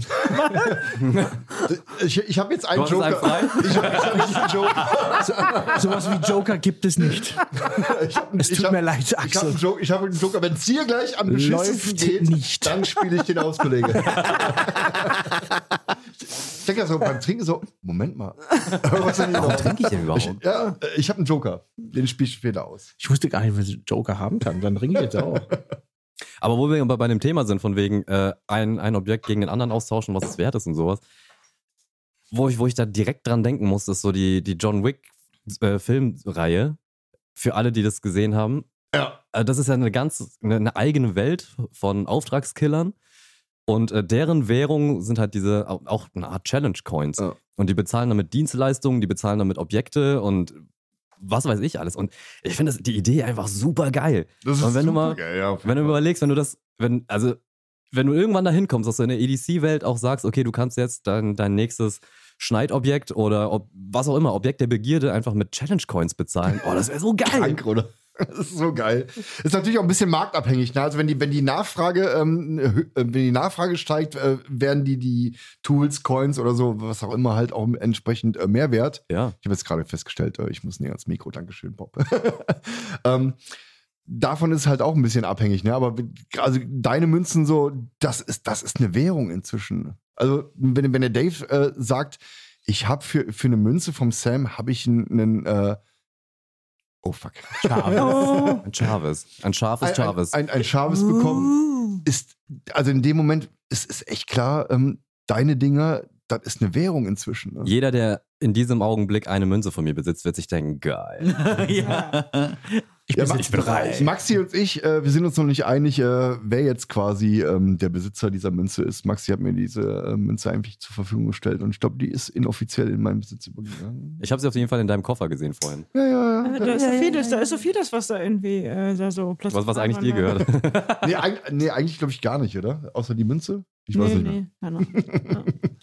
ich ich habe jetzt einen Du hast Joker. einen frei? Ich habe hab einen Joker. Sowas wie Joker gibt es nicht. Ich hab, Es ich tut hab, mir leid, Ich habe Axel. einen Joker. Ich hab einen Joker. Wenn es hier gleich am beschissensten Läuft geht, nicht. dann spiele ich den aus, Kollege. ich denke ja so beim Trinken so, Moment mal. Was denn Warum trinke ich denn überhaupt? Ich, ja, ich habe einen Joker. Den spiele ich später aus. Ich wusste gar nicht, was ich Joker haben kann. Dann ringe ich jetzt auch. Aber wo wir aber bei dem Thema sind, von wegen äh, ein, ein Objekt gegen den anderen austauschen, was es wert ist und sowas, wo ich, wo ich da direkt dran denken muss, ist so die, die John Wick äh, Filmreihe. Für alle, die das gesehen haben. Ja. Äh, das ist ja eine ganz eine, eine eigene Welt von Auftragskillern. Und äh, deren Währung sind halt diese, auch, auch eine Art Challenge-Coins. Ja. Und die bezahlen damit Dienstleistungen, die bezahlen damit Objekte und was weiß ich alles. Und ich finde die Idee einfach super geil. Das ist und wenn du super mal, geil, ja, wenn du überlegst, wenn du das, wenn, also, wenn du irgendwann dahin kommst, dass du in der E D C-Welt auch sagst, okay, du kannst jetzt dein, dein nächstes Schneidobjekt oder ob, was auch immer, Objekt der Begierde einfach mit Challenge-Coins bezahlen. Oh, das wäre so geil. Krank, oder? Das ist so geil. Ist natürlich auch ein bisschen marktabhängig. Ne? Also wenn die, wenn die Nachfrage, ähm, hö- äh, wenn die Nachfrage steigt, äh, werden die die Tools, Coins oder so, was auch immer halt auch entsprechend äh, mehr wert. Ja. Ich habe jetzt gerade festgestellt, äh, ich muss näher ans Mikro, Dankeschön, Bob. ähm, davon ist halt auch ein bisschen abhängig, ne? Aber also deine Münzen so, das ist, das ist eine Währung inzwischen. Also wenn, wenn der Dave äh, sagt, ich habe für, für eine Münze vom Sam habe ich einen, einen äh, oh fuck. Oh. Ein Chavez. Ein scharfes Ein, Chavez. ein, ein, ein Chavez bekommen, ist, also in dem Moment ist, ist echt klar, ähm, deine Dinger, das ist eine Währung inzwischen. Ne? Jeder, der in diesem Augenblick eine Münze von mir besitzt, wird sich denken, geil. ja. Ich Ja, bin Ma- jetzt bereit. Maxi und ich, äh, wir sind uns noch nicht einig, äh, wer jetzt quasi ähm, der Besitzer dieser Münze ist. Maxi hat mir diese äh, Münze eigentlich zur Verfügung gestellt und ich glaube, die ist inoffiziell in meinen Besitz übergegangen. Ich habe sie auf jeden Fall in deinem Koffer gesehen vorhin. Ja, ja, Da ja. ist so vieles, da ist so vieles, was da irgendwie äh, da so plötzlich. Was, was eigentlich dir gehört. Nee, eig nee eigentlich glaube ich gar nicht, oder? Außer die Münze? Ich weiß nee, nicht mehr. nee, keine Ahnung. Ja.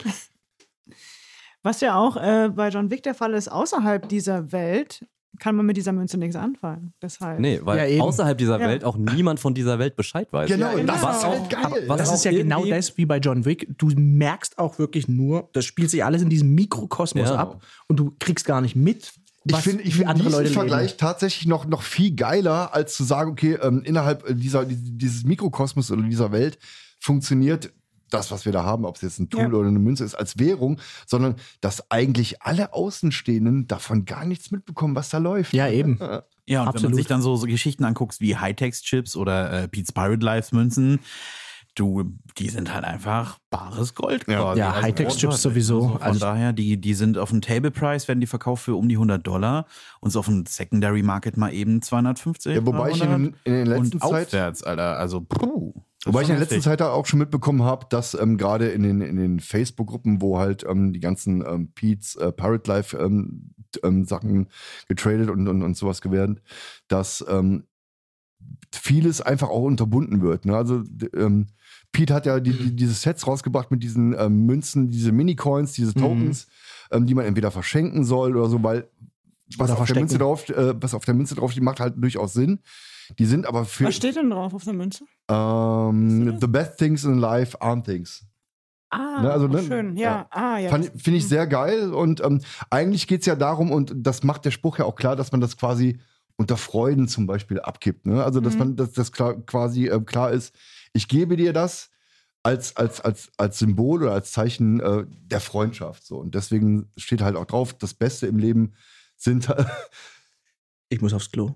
Was ja auch äh, bei John Wick der Fall ist, außerhalb dieser Welt kann man mit dieser Münze nichts anfangen. Deshalb. Nee, weil Ja, eben. außerhalb dieser Ja. Welt auch niemand von dieser Welt Bescheid weiß. Genau, Ja, das genau. ist halt geil. Aber was Das auch ist ja genau irgendwie- das wie bei John Wick. Du merkst auch wirklich nur, das spielt sich alles in diesem Mikrokosmos Ja. ab und du kriegst gar nicht mit, Ich was finde ich wie find andere diesen Leute Vergleich leben. tatsächlich noch, noch viel geiler, als zu sagen, okay, ähm, innerhalb dieser, dieses Mikrokosmos oder dieser Welt funktioniert das, was wir da haben, ob es jetzt ein Tool Ja. oder eine Münze ist, als Währung, sondern dass eigentlich alle Außenstehenden davon gar nichts mitbekommen, was da läuft. Ja, eben. Ja, und wenn man Absolut. sich dann so, so Geschichten anguckt wie Hightext-Chips oder äh, Pete's Pirate Lives Münzen, du, die sind halt einfach bares Gold Ja. quasi. Ja, Also Hightext-Chips wortwörtlich. sowieso. Also von Also- daher, die, die sind auf dem Table Price, werden die verkauft für um die hundert Dollar und so auf dem Secondary Market mal eben zweihundertfünfzig. Ja, wobei ich in, dreihundert. in der letzten und Zeit aufwärts, Alter, also puh. Wobei ich in der letzten heftig. Zeit auch schon mitbekommen habe, dass ähm, gerade in den, in den Facebook-Gruppen, wo halt ähm, die ganzen ähm, Pete's äh, Pirate Life ähm, ähm, Sachen getradet und, und, und sowas werden, dass ähm, vieles einfach auch unterbunden wird. Ne? Also d- ähm, Pete hat ja die, die, diese Sets rausgebracht mit diesen ähm, Münzen, diese Mini-Coins, diese Tokens, ähm, die man entweder verschenken soll oder so, weil was Oder auf, der verstecken. Münze drauf, äh, was auf der Münze drauf steht, macht halt durchaus Sinn. Die sind aber für Was steht denn drauf auf der Münze? ähm, the best things in life aren't things. Ah, Ne, also, oh, ne, schön. ja. Ja, ah, ja. Fand- Finde ich sehr geil und ähm, eigentlich geht es ja darum, und das macht der Spruch ja auch klar, dass man das quasi unter Freuden zum Beispiel abgibt. Ne? Also, dass Mhm. man, dass das klar, quasi äh, klar ist, ich gebe dir das als, als, als, als Symbol oder als Zeichen äh, der Freundschaft. So. Und deswegen steht halt auch drauf, das Beste im Leben sind. Ich muss aufs Klo.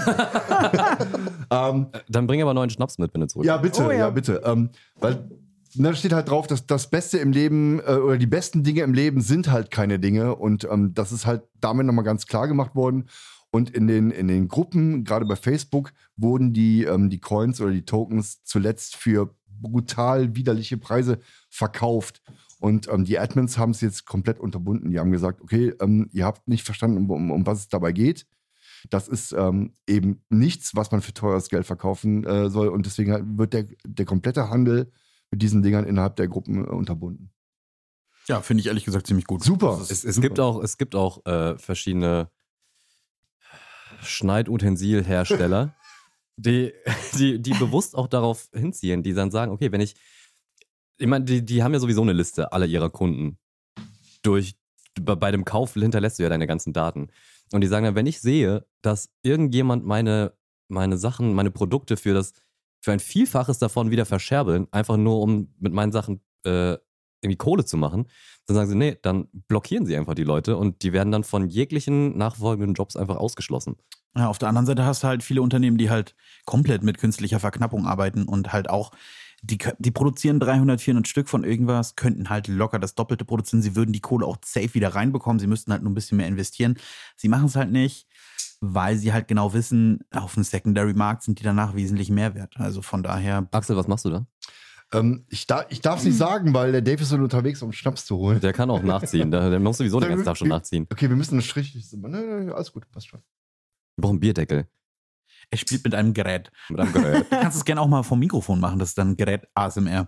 ähm, Dann bring aber neuen Schnaps mit, wenn du zurück Ja, bitte, Oh, ja. ja. bitte. Ähm, weil da steht halt drauf, dass das Beste im Leben äh, oder die besten Dinge im Leben sind halt keine Dinge. Und ähm, das ist halt damit nochmal ganz klar gemacht worden. Und in den, in den Gruppen, gerade bei Facebook, wurden die, ähm, die Coins oder die Tokens zuletzt für brutal widerliche Preise verkauft. Und ähm, die Admins haben es jetzt komplett unterbunden. Die haben gesagt, okay, ähm, ihr habt nicht verstanden, um, um was es dabei geht. Das ist ähm, eben nichts, was man für teures Geld verkaufen äh, soll. Und deswegen halt wird der, der komplette Handel mit diesen Dingern innerhalb der Gruppen äh, unterbunden. Ja, finde ich ehrlich gesagt ziemlich gut. Super. Das ist- Es, es Super. gibt auch, es gibt auch äh, verschiedene Schneidutensilhersteller, die, die, die bewusst auch darauf hinziehen, die dann sagen, okay, wenn ich, ich meine, die, die haben ja sowieso eine Liste aller ihrer Kunden. Durch, bei bei dem Kauf hinterlässt du ja deine ganzen Daten. Und die sagen dann, wenn ich sehe, dass irgendjemand meine, meine Sachen, meine Produkte für das, für ein Vielfaches davon wieder verscherbeln, einfach nur um mit meinen Sachen äh, irgendwie Kohle zu machen, dann sagen sie, nee, dann blockieren sie einfach die Leute und die werden dann von jeglichen nachfolgenden Jobs einfach ausgeschlossen. Ja, auf der anderen Seite hast du halt viele Unternehmen, die halt komplett mit künstlicher Verknappung arbeiten und halt auch, die, die produzieren dreihundert, vierhundert Stück von irgendwas, könnten halt locker das Doppelte produzieren. Sie würden die Kohle auch safe wieder reinbekommen. Sie müssten halt nur ein bisschen mehr investieren. Sie machen es halt nicht, weil sie halt genau wissen, auf dem Secondary-Markt sind die danach wesentlich mehr wert. Also von daher. Axel, was machst du da? Ähm, ich da, ich darf es nicht sagen, weil der Dave ist nur unterwegs, um Schnaps zu holen. Der kann auch nachziehen. Der, der muss sowieso den ganzen Tag schon nachziehen. Okay, wir müssen eine Strich. Nein, nein, alles gut, passt schon. Wir brauchen einen Bierdeckel. Er spielt mit einem Gerät. Mit einem Gerät. Du kannst es gerne auch mal vom Mikrofon machen, das ist dann Gerät A S M R.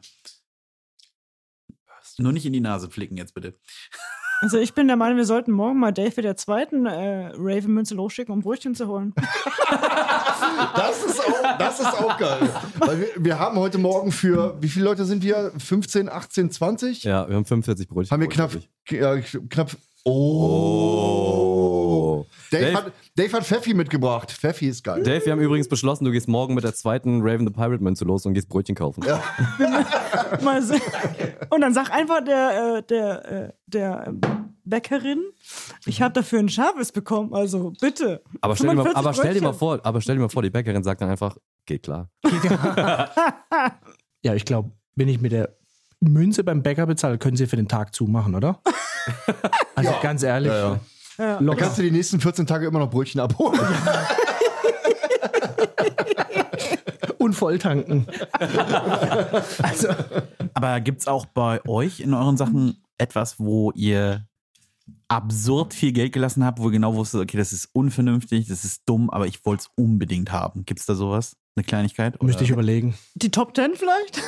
Nur nicht in die Nase flicken jetzt bitte. Also ich bin der Meinung, wir sollten morgen mal Dave der zweiten äh, Raven-Münze losschicken, um Brötchen zu holen. Das ist auch, das ist auch geil. Weil wir, wir haben heute Morgen für, wie viele Leute sind wir? fünfzehn, achtzehn, zwanzig? Ja, wir haben fünfundvierzig Brötchen. Haben wir knapp, äh, knapp Oh. Dave, Dave, hat, Dave hat Pfeffi mitgebracht. Pfeffi ist geil. Dave, wir haben übrigens beschlossen, du gehst morgen mit der zweiten Raven the Pirate Münze los und gehst Brötchen kaufen. Ja. Mal sehen. Und dann sag einfach der, äh, der, äh, der ähm, Bäckerin, ich habe dafür ein Schabes bekommen, also bitte. Aber stell, dir mal, fünfundvierzig aber, stell dir mal Brötchen. vor, aber stell dir mal vor, die Bäckerin sagt dann einfach, geht klar. Ja, ich glaube, wenn ich mit der Münze beim Bäcker bezahle, können sie für den Tag zumachen, oder? Also ganz ehrlich. Ja, ja. Ja. Da kannst du die nächsten vierzehn Tage immer noch Brötchen abholen. Und volltanken. Also, Aber gibt's auch bei euch in euren Sachen etwas, wo ihr absurd viel Geld gelassen habt, wo ihr genau wusstet, okay, das ist unvernünftig, das ist dumm, aber ich wollte es unbedingt haben. Gibt's da sowas? Eine Kleinigkeit? Oder? müsste ich überlegen. Die Top Ten vielleicht?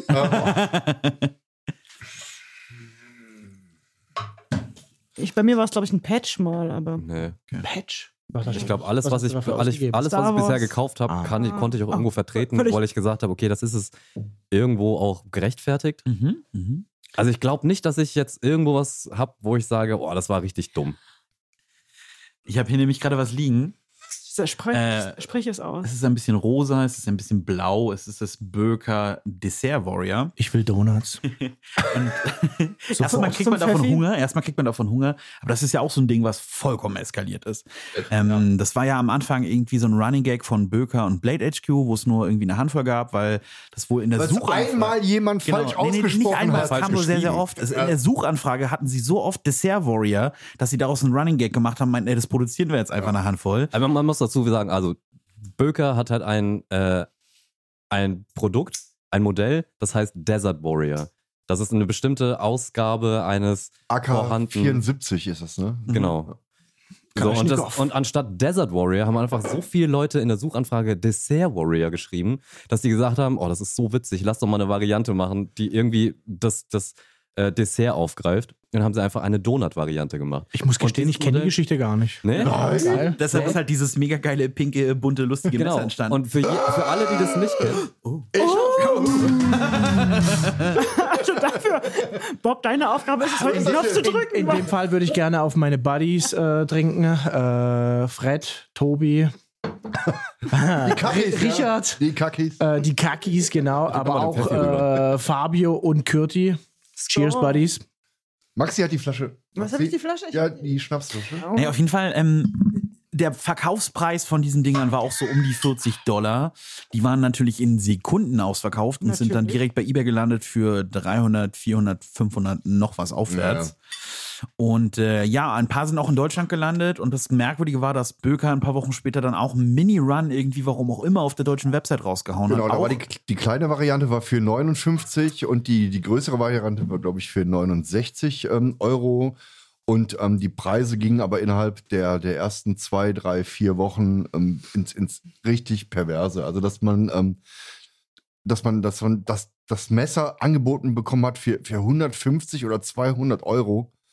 Ich, bei mir war es, glaube ich, ein Patch mal, aber. Nee. Patch? Ich glaube, alles, was, hast du ich, dafür alles, ausgegeben? alles, was Star ich bisher Wars. gekauft habe, Ah. kann ich, konnte ich auch irgendwo vertreten, völlig- weil ich gesagt habe, okay, das ist es irgendwo auch gerechtfertigt. Mhm, mhm. Also ich glaube nicht, dass ich jetzt irgendwo was habe, wo ich sage, oh, das war richtig dumm. Ich habe hier nämlich gerade was liegen. Sprich, Äh, sprich es aus. Es ist ein bisschen rosa, es ist ein bisschen blau, es ist das Böker Dessert Warrior. Ich will Donuts. Und erstmal kriegt Zum man davon Pfeffi? Hunger, erstmal kriegt man davon Hunger, aber das ist ja auch so ein Ding, was vollkommen eskaliert ist. Ähm, das war ja am Anfang irgendwie so ein Running Gag von Böker und Blade H Q, wo es nur irgendwie eine Handvoll gab, weil das wohl in der Dass Suchanfrage einmal jemand falsch Genau. Nee, nee, ausgesprochen nicht einmal, hat. es falsch kam nur sehr, sehr geschrieben. oft. Also in der Suchanfrage hatten sie so oft Dessert Warrior, dass sie daraus einen Running Gag gemacht haben, meinten, ey, das produzieren wir jetzt einfach eine Handvoll. Aber man muss dazu sagen, also Böker hat halt ein, äh, ein Produkt, ein Modell, das heißt Desert Warrior. Das ist eine bestimmte Ausgabe eines A K vorhanden. vierundsiebzig ist das, ne? Genau. So, und, das, und anstatt Desert Warrior haben einfach so viele Leute in der Suchanfrage Dessert Warrior geschrieben, dass die gesagt haben, oh, das ist so witzig, lass doch mal eine Variante machen, die irgendwie das, das äh, Dessert aufgreift. Und dann haben sie einfach eine Donut-Variante gemacht. Ich muss gestehen, dieses ich kenne die Modell- Geschichte gar nicht. Nee? Geil. Deshalb ist halt dieses mega geile, pinke, bunte, lustige Genau. Messer entstanden. Und für, je, für alle, die das nicht kennen, Also dafür, Bob, deine Aufgabe ist es, heute den Knopf zu drücken. In dem Fall würde ich gerne auf meine Buddies äh, trinken. Äh, Fred, Tobi, Die Kakis, Richard. Ja. Die Kakis. äh, die Kakis, genau, aber mal den auch Pfeffi rüber. äh, Fabio und Kürti. Cheers, So. Buddies. Maxi hat die Flasche. Was habe ich die Flasche? Ich- Ja, die Schnapsflasche. Nee, auf jeden Fall, ähm, der Verkaufspreis von diesen Dingern war auch so um die vierzig Dollar. Die waren natürlich in Sekunden ausverkauft und sind dann Natürlich. direkt bei eBay gelandet für dreihundert, vierhundert, fünfhundert noch was aufwärts. Und äh, ja, ein paar sind auch in Deutschland gelandet und das Merkwürdige war, dass Böker ein paar Wochen später dann auch einen Mini-Run irgendwie, warum auch immer, auf der deutschen Website rausgehauen Genau, hat. da Auch- war die, die kleine Variante war für neunundfünfzig und die, die größere Variante war, glaube ich, für neunundsechzig ähm, Euro. Und ähm, die Preise gingen aber innerhalb der, der ersten zwei, drei, vier Wochen ähm, ins, ins richtig Perverse. Also, dass man, ähm, dass man, dass man das, das Messer angeboten bekommen hat für, für hundertfünfzig oder zweihundert Euro.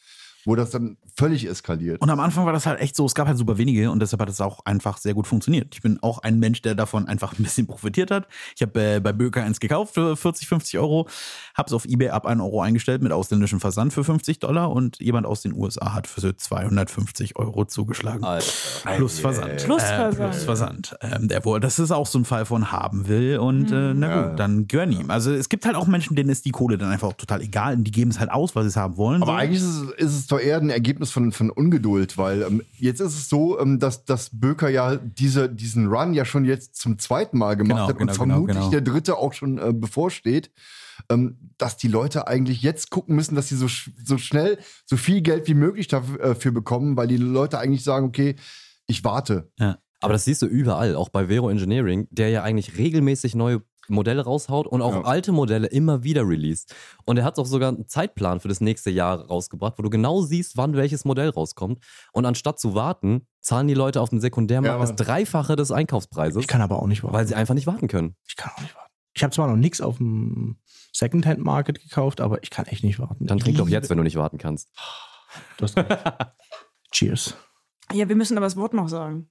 wo das dann völlig eskaliert. Und am Anfang war das halt echt so, es gab halt super wenige und deshalb hat es auch einfach sehr gut funktioniert. Ich bin auch ein Mensch, der davon einfach ein bisschen profitiert hat. Ich habe äh, bei Böker eins gekauft für vierzig, fünfzig Euro, habe es auf eBay ab einen Euro eingestellt mit ausländischem Versand für fünfzig Dollar und jemand aus den U S A hat für zweihundertfünfzig Euro zugeschlagen. Alter. Plus Versand. Plus Äh, Versand. plus Versand. Ähm, der wohl, das ist auch so ein Fall von haben will und äh, na gut, Ja. dann gönn ihm. Also es gibt halt auch Menschen, denen ist die Kohle dann einfach auch total egal und die geben es halt aus, weil sie es haben wollen. Aber so. eigentlich ist es, ist es doch eher ein Ergebnis von, von Ungeduld, weil ähm, jetzt ist es so, ähm, dass, dass Böker ja diese, diesen Run ja schon jetzt zum zweiten Mal gemacht Genau, hat genau, und genau, vermutlich genau. der dritte auch schon äh, bevorsteht, ähm, dass die Leute eigentlich jetzt gucken müssen, dass sie so, sch- so schnell so viel Geld wie möglich dafür, äh, für bekommen, weil die Leute eigentlich sagen, okay, ich warte. Aber das siehst du überall, auch bei Vero Engineering, der ja eigentlich regelmäßig neue Modelle raushaut und auch Ja. alte Modelle immer wieder released. Und er hat auch sogar einen Zeitplan für das nächste Jahr rausgebracht, wo du genau siehst, wann welches Modell rauskommt. Und anstatt zu warten, zahlen die Leute auf dem Sekundärmarkt Ja, das Mann. Dreifache des Einkaufspreises, Ich kann aber auch nicht warten. weil sie einfach nicht warten können. Ich kann auch nicht warten. Ich habe zwar noch nichts auf dem Secondhand-Market gekauft, aber ich kann echt nicht warten. Dann Ich trink doch liebe- jetzt, wenn du nicht warten kannst. Du hast recht. Cheers. Ja, wir müssen aber das Wort noch sagen.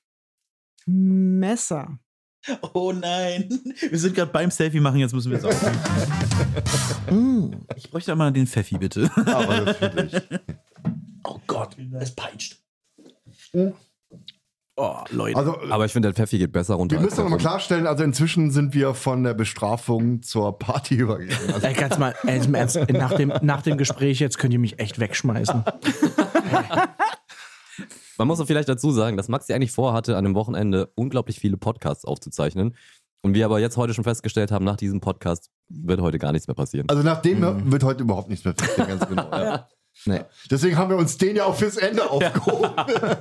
Messer. Oh nein, wir sind gerade beim Selfie machen, jetzt müssen wir es auch. Mm. Ich bräuchte einmal den Pfeffi, bitte. Aber natürlich. Oh Gott, es peitscht. Oh, Leute. Also, Aber ich finde, der Pfeffi geht besser runter. wir als müssen der noch mal Rum. klarstellen, also inzwischen sind wir von der Bestrafung zur Party übergegangen. Also, Ey, ganz mal, ey, im Ernst, nach dem, nach dem Gespräch jetzt könnt ihr mich echt wegschmeißen. Man muss auch vielleicht dazu sagen, dass Maxi eigentlich vorhatte, an dem Wochenende unglaublich viele Podcasts aufzuzeichnen. Und wir aber jetzt heute schon festgestellt haben, nach diesem Podcast wird heute gar nichts mehr passieren. also nach dem wird heute überhaupt nichts mehr passieren, ganz genau. Ja. Nee. Deswegen haben wir uns den ja auch fürs Ende aufgehoben.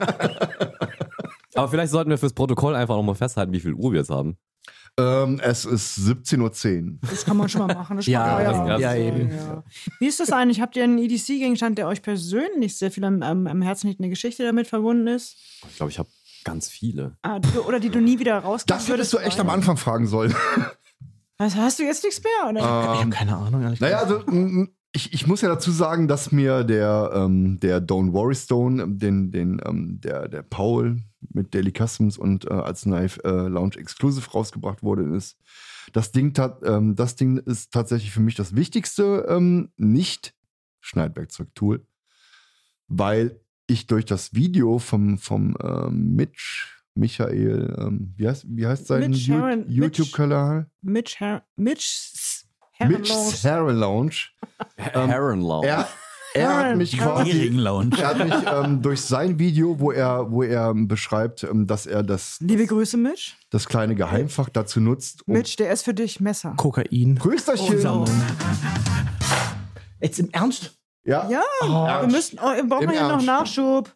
Aber vielleicht sollten wir fürs Protokoll einfach nochmal festhalten, wie viel Uhr wir jetzt haben. ähm, es ist siebzehn Uhr zehn. Das kann man schon mal machen. Das Ja, macht das- Feierabend. ja, eben. Ja. Wie ist das eigentlich? Habt ihr einen E D C-Gegenstand, der euch persönlich sehr viel am, am, am Herzen liegt, eine Geschichte damit verbunden ist? Ich glaube, ich habe ganz viele. Ah, die du, oder die du nie wieder rausgeben Das hättest du echt am Anfang fragen sollen. Was, hast du jetzt nichts mehr? Oder? Ich habe keine Ahnung, ehrlich Naja, gesagt. also m, ich, ich muss ja dazu sagen, dass mir der, ähm, der Don't Worry Stone, ähm, den, den, ähm, der, der Paul mit Daily Customs und äh, als Knife äh, Lounge Exclusive rausgebracht wurde, ist. Das Ding, tat, ähm, das Ding ist tatsächlich für mich das wichtigste ähm, Nicht-Schneidwerkzeug-Tool, weil ich durch das Video vom, vom ähm, Mitch, Michael, ähm, wie, heißt, wie heißt sein Mitch You- Herron- Mitch- YouTube-Kanal? Mitch, Her Mitch Mitch Herrenlos. Heron Lounge. Ähm, Heron Lounge. Er, er hat mich quasi Hering-Lounge. er hat mich ähm, durch sein Video, wo er, wo er ähm, beschreibt, ähm, dass er das, Liebe Grüße, Mitch. das kleine Geheimfach dazu nutzt, um Mitch, der ist für dich Messer. Kokain. Prösterchen. Oh, Jetzt im Ernst? Ja. Ja, Ja. wir müssen, oh, wir brauchen Im hier noch Ernst. Nachschub.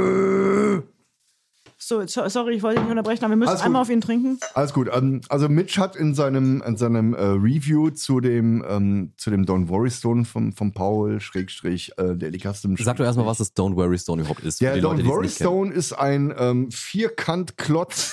So, so, sorry, ich wollte dich nicht unterbrechen, aber wir müssen Alles gut. einmal auf ihn trinken. Alles gut. Ähm, also Mitch hat in seinem, in seinem äh, Review zu dem, ähm, zu dem Don't Worry Stone vom, vom Paul, Schrägstrich, äh, Daily Custom. Sag doch erstmal, was das Don't Worry Stone überhaupt ist. Der für die Leute, Don't die es Worry nicht kennen. Stone ist ein ähm, Vierkantklotz.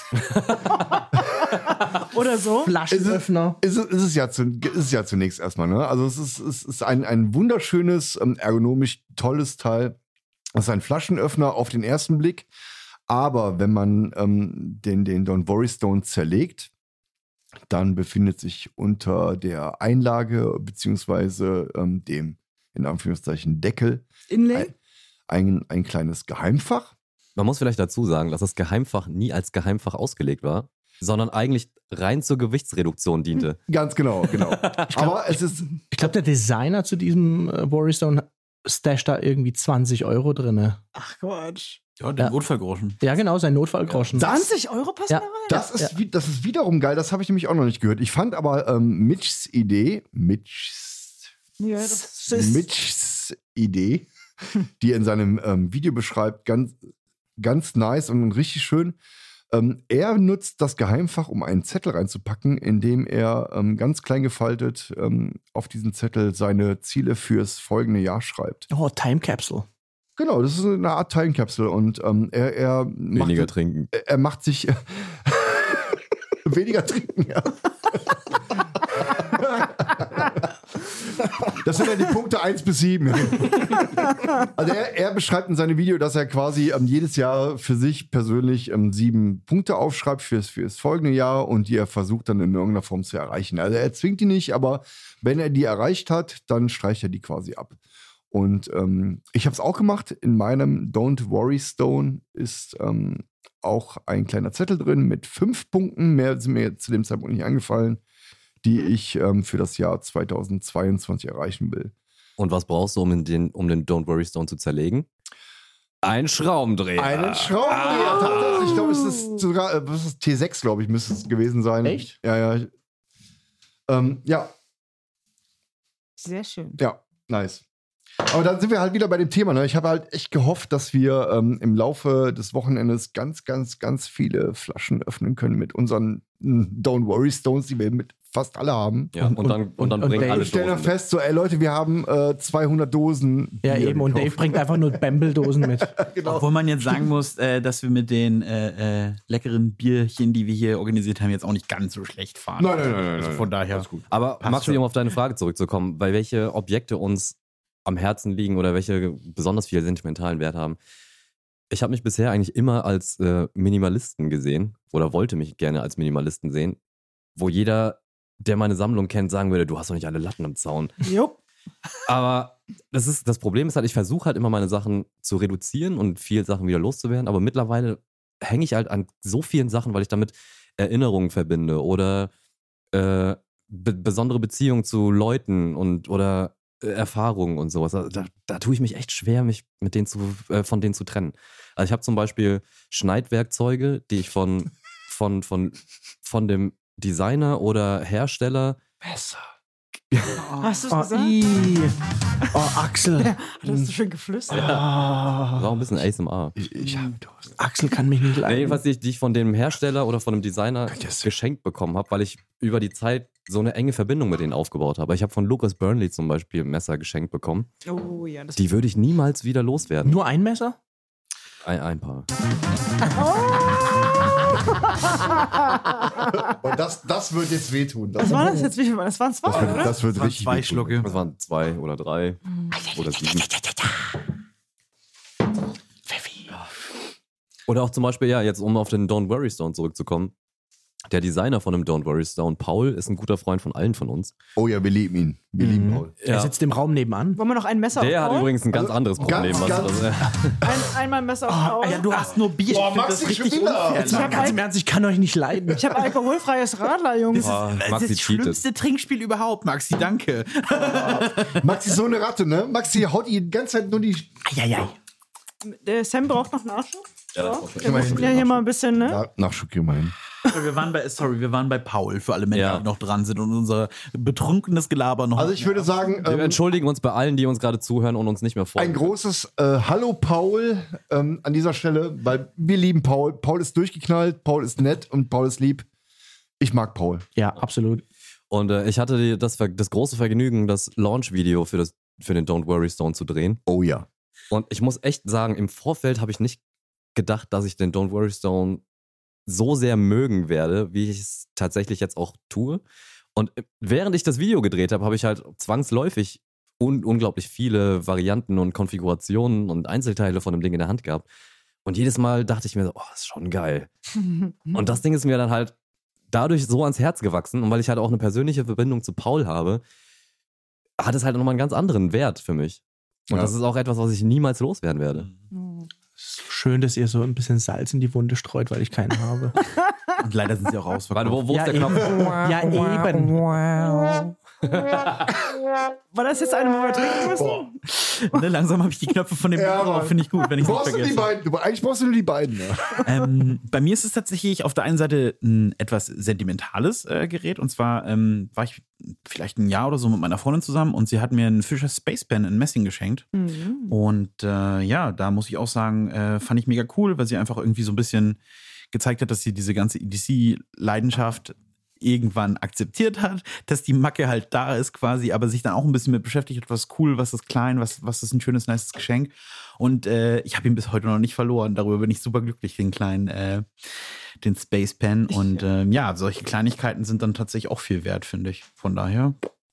Oder so. Flaschenöffner. Ist, es- ist, es ja zu, ist es ja zunächst erstmal, ne? Also es ist, es ist ein, ein wunderschönes, ähm, ergonomisch tolles Teil. Es ist ein Flaschenöffner auf den ersten Blick. Aber wenn man ähm, den, den Don't Worry Stone zerlegt, dann befindet sich unter der Einlage beziehungsweise ähm, dem, in Anführungszeichen, Deckel Inlay. ein, ein kleines Geheimfach. Man muss vielleicht dazu sagen, dass das Geheimfach nie als Geheimfach ausgelegt war, sondern eigentlich rein zur Gewichtsreduktion diente. Ganz genau, genau. Aber es ist, Ich glaube, der Designer zu diesem äh, Worry Stone stasht da irgendwie zwanzig Euro drin. Ach Quatsch. Ja, den Ja. Notfallgroschen. Ja, genau, sein Notfallgroschen. zwanzig Euro passen Ja. da rein? Das ist, Ja. wie, das ist wiederum geil, das habe ich nämlich auch noch nicht gehört. Ich fand aber ähm, Mitchs Idee, Mitchs, Ja, das ist. Mitchs Idee, die er in seinem ähm, Video beschreibt, ganz, ganz nice und richtig schön. Ähm, er nutzt das Geheimfach, um einen Zettel reinzupacken, indem er ähm, ganz klein gefaltet ähm, auf diesen Zettel seine Ziele fürs folgende Jahr schreibt. Oh, Time Capsule. Genau, das ist eine Art Time Capsule und ähm, er, er, macht, Weniger trinken. er macht sich weniger trinken, ja. Das sind ja die Punkte eins bis sieben. Also er, er beschreibt in seinem Video, dass er quasi ähm, jedes Jahr für sich persönlich ähm, sieben Punkte aufschreibt fürs, fürs folgende Jahr und die er versucht dann in irgendeiner Form zu erreichen. Also er zwingt die nicht, aber wenn er die erreicht hat, dann streicht er die quasi ab. Und ähm, ich habe es auch gemacht. In meinem Don't Worry Stone ist ähm, auch ein kleiner Zettel drin mit fünf Punkten. Mehr sind mir zu dem Zeitpunkt nicht angefallen, die ich ähm, für das Jahr zweitausendzweiundzwanzig erreichen will. Und was brauchst du, um den, um den Don't Worry Stone zu zerlegen? Ein Schraubendreher. Einen Schraubendreher. Ah. Ich glaube, es ist sogar äh, was ist T sechs, glaube ich, müsste es gewesen sein. Echt? Ja, ja. Ähm, ja, Sehr schön. ja, nice. Aber dann sind wir halt wieder bei dem Thema. Ne? Ich habe halt echt gehofft, dass wir ähm, im Laufe des Wochenendes ganz, ganz, ganz viele Flaschen öffnen können mit unseren mh, Don't Worry Stones, die wir mit fast alle haben. Ja, und, und dann, und, und dann und bringen Dave alle Ich stelle dann Dosen fest, so, ey Leute, wir haben äh, zweihundert Dosen. Ja, Bier eben. Und Dave gekauft. bringt einfach nur Bamble-Dosen mit. Genau. Obwohl man jetzt sagen muss, äh, dass wir mit den äh, äh, leckeren Bierchen, die wir hier organisiert haben, jetzt auch nicht ganz so schlecht fahren. Nein, nein, nein, nein, Also nein. von daher. Alles gut. Aber Passt Maxi, schon. um auf deine Frage zurückzukommen, weil welche Objekte uns am Herzen liegen oder welche besonders viel sentimentalen Wert haben. Ich habe mich bisher eigentlich immer als äh, Minimalisten gesehen oder wollte mich gerne als Minimalisten sehen, wo jeder, der meine Sammlung kennt, sagen würde, du hast doch nicht alle Latten am Zaun. Jupp. Aber das, ist, das Problem ist halt, ich versuche halt immer meine Sachen zu reduzieren und viele Sachen wieder loszuwerden, aber mittlerweile hänge ich halt an so vielen Sachen, weil ich damit Erinnerungen verbinde oder äh, be besondere Beziehungen zu Leuten und oder äh, Erfahrungen und sowas. Also da, da tue ich mich echt schwer, mich mit denen zu, äh, von denen zu trennen. Also ich habe zum Beispiel Schneidwerkzeuge, die ich von, von, von, von dem Designer oder Hersteller Messer. Hast du es Oh, gesagt? ii. Oh, Axel. Hattest du schön geflüstert? war auch ein bisschen A S M R. Ich, ich habe Durst. Axel kann mich nicht Ja, leiden. jedenfalls, die, ich- die ich von dem Hersteller oder von dem Designer Kann ich das- geschenkt bekommen habe, weil ich über die Zeit so eine enge Verbindung mit denen aufgebaut habe. Ich habe von Lucas Burnley zum Beispiel Messer geschenkt bekommen. Oh ja, das Die würde ich niemals wieder loswerden. Nur ein Messer? Ein, ein paar. Und das, das wird jetzt wehtun. Das, Was war das jetzt? Wie viel? Das waren zwei, das, wird, oder? das wird Das waren richtig zwei wehtun. Schlucke. Das waren zwei oder drei oder sieben. Oder auch zum Beispiel, ja, jetzt um auf den Don't Worry Stone zurückzukommen. Der Designer von dem Don't Worry Stone, Paul, ist ein guter Freund von allen von uns. Oh ja, wir lieben ihn. Wir Mhm. lieben Paul. Er sitzt im Raum nebenan. Wollen wir noch ein Messer Der hat aufbauen? übrigens ein ganz Also, anderes Problem. ganz, was ganz- das, Ein, einmal ein Messer auf Ah, Paul. Ja, du hast nur Bier. Boah, Ich find Maxi, das richtig schon wieder. unfair. Ich hab Ganz im Ernst, ich kann euch nicht leiden. Ich habe alkoholfreies Radler, Jungs. Das ist Oh, das, Maxi ist das cheatet. schlimmste Trinkspiel überhaupt, Maxi, danke. Maxi ist so eine Ratte, ne? Maxi haut die ganze Zeit nur die. Eieiei. Der Sam braucht noch Nachschub. Ja, Ja, das braucht der muss ja hier mal ein bisschen, ne? Na, Nachschub immerhin. Wir waren bei, sorry, wir waren bei Paul für alle Menschen, Ja. die noch dran sind und unser betrunkenes Gelaber noch. Also ich würde sagen, Wir ähm, entschuldigen uns bei allen, die uns gerade zuhören und uns nicht mehr folgen. ein großes äh, Hallo Paul ähm, an dieser Stelle, weil wir lieben Paul. Paul ist durchgeknallt, Paul ist nett und Paul ist lieb. Ich mag Paul. Ja, absolut. Und äh, ich hatte die, das, Ver- das große Vergnügen, das Launch-Video für, das, für den Don't Worry Stone zu drehen. Oh ja. Und ich muss echt sagen, im Vorfeld habe ich nicht gedacht, dass ich den Don't Worry Stone so sehr mögen werde, wie ich es tatsächlich jetzt auch tue. Und während ich das Video gedreht habe, habe ich halt zwangsläufig un unglaublich viele Varianten und Konfigurationen und Einzelteile von dem Ding in der Hand gehabt. Und jedes Mal dachte ich mir so, oh, das ist schon geil. Und das Ding ist mir dann halt dadurch so ans Herz gewachsen. Und weil ich halt auch eine persönliche Verbindung zu Paul habe, hat es halt nochmal einen ganz anderen Wert für mich. Und Ja. das ist auch etwas, was ich niemals loswerden werde. Schön, dass ihr so ein bisschen Salz in die Wunde streut, weil ich keinen habe. Und leider sind sie auch Warte, rausverkauft. wo, wo Ja, ist der Knopf? eben. Ja, eben. War das jetzt eine, wo wir trinken müssen? Ne, langsam habe ich die Knöpfe von dem Ja, Bier drauf, Mann. finde ich gut, wenn ich es nicht Brauchst du die vergesse. beiden? Du, eigentlich brauchst du nur die beiden. Ja. ähm, bei mir ist es tatsächlich auf der einen Seite ein etwas sentimentales äh, Gerät. Und zwar ähm, war ich vielleicht ein Jahr oder so mit meiner Freundin zusammen und sie hat mir einen Fisher Space Pen in Messing geschenkt. Mhm. Und äh, ja, da muss ich auch sagen, äh, fand ich mega cool, weil sie einfach irgendwie so ein bisschen gezeigt hat, dass sie diese ganze E D C-Leidenschaft irgendwann akzeptiert hat, dass die Macke halt da ist quasi, aber sich dann auch ein bisschen mit beschäftigt hat, was ist cool, was ist klein, was, was ist ein schönes, nices Geschenk. Und äh, ich habe ihn bis heute noch nicht verloren. Darüber bin ich super glücklich, den kleinen, äh, den Space Pen. Und ähm, ja, solche Kleinigkeiten sind dann tatsächlich auch viel wert, finde ich. Von daher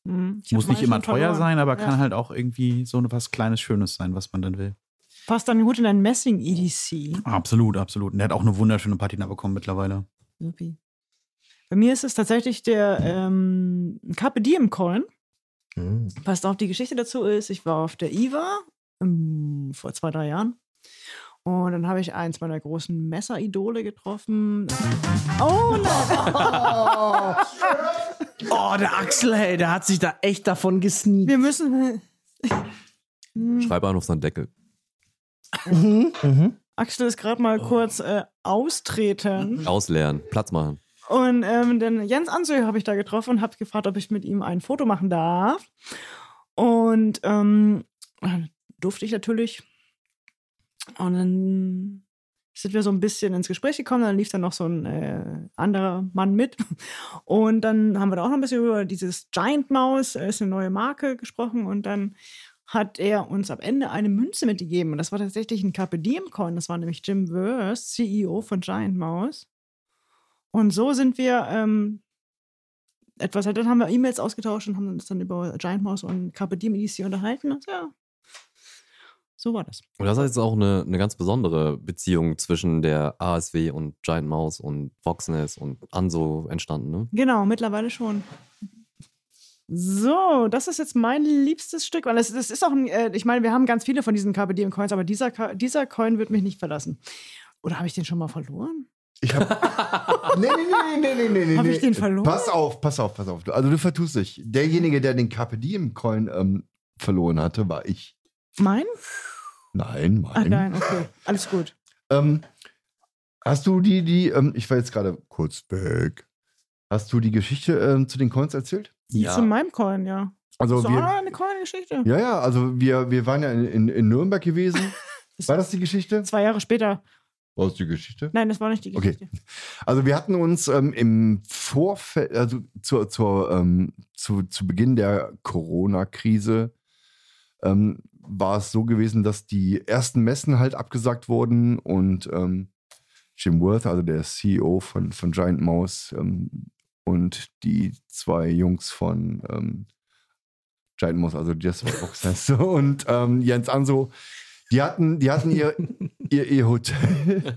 Hm. Ich Muss hab nicht meine immer schon teuer verloren. sein, aber Ja. kann halt auch irgendwie so was Kleines, Schönes sein, was man dann will. Passt dann gut in ein Messing-E D C. Absolut, absolut. Und der hat auch eine wunderschöne Patina bekommen mittlerweile. Supi. Bei mir ist es tatsächlich der ähm, Carpe Diem Coin. Mhm. Passt auf, die Geschichte dazu ist, ich war auf der I W A ähm, vor zwei, drei Jahren. Und dann habe ich eins meiner großen Messeridole getroffen. Oh nein! Oh, der Axel, hey, der hat sich da echt davon gesneakt. Wir müssen. Schreib an auf seinen Deckel. Mhm. Mhm. Axel ist gerade mal kurz äh, austreten. Ausleeren, Platz machen. Und ähm, den Jens Ansö habe ich da getroffen und habe gefragt, ob ich mit ihm ein Foto machen darf. Und ähm, durfte ich natürlich. Und dann sind wir so ein bisschen ins Gespräch gekommen. Dann lief dann noch so ein äh, anderer Mann mit. Und dann haben wir da auch noch ein bisschen über dieses Giant Mouse, äh, ist eine neue Marke, gesprochen. Und dann hat er uns am Ende eine Münze mitgegeben. Und das war tatsächlich ein Carpe Diem Coin. Das war nämlich Jim Wurst, C E O von Giant Mouse. Und so sind wir ähm, etwas, dann haben wir E-Mails ausgetauscht und haben uns dann über Giant Mouse und Carpe Diem E D C unterhalten. Und ja, so war das. Und das ist jetzt auch eine, eine ganz besondere Beziehung zwischen der A S W und Giant Mouse und Voxness und Anso entstanden, ne? Genau, mittlerweile schon. So, das ist jetzt mein liebstes Stück, weil es das ist auch ein, äh, ich meine, wir haben ganz viele von diesen Carpe Diem Coins, aber dieser, Ka- dieser Coin wird mich nicht verlassen. Oder habe ich den schon mal verloren? Ich hab. nee, nee, nee, nee, nee, nee. Hab nee. ich den verloren? Pass auf, pass auf, pass auf. Also, du vertust dich. Derjenige, der den Carpe Diem Coin ähm, verloren hatte, war ich. Mein? Nein, mein. Ach nein, okay. Alles gut. Ähm, hast du die, die, ähm, ich war jetzt gerade kurz weg. Hast du die Geschichte ähm, zu den Coins erzählt? Zu meinem Coin, ja. Also so wir, eine Coin-Geschichte. ja, ja, also wir, wir waren ja in, in, in Nürnberg gewesen. War das die Geschichte? Zwei Jahre später. War das die Geschichte? Nein, das war nicht die Okay. Geschichte. Also wir hatten uns ähm, im Vorfeld, also zur, zur, ähm, zu, zu Beginn der Corona-Krise ähm, war es so gewesen, dass die ersten Messen halt abgesagt wurden und ähm, Jim Worth, also der C E O von, von Giant Mouse ähm, und die zwei Jungs von ähm, Giant Mouse, also Jess Voxness und ähm, Jens Anso, die hatten, die hatten ihr, ihr, ihr Hotel.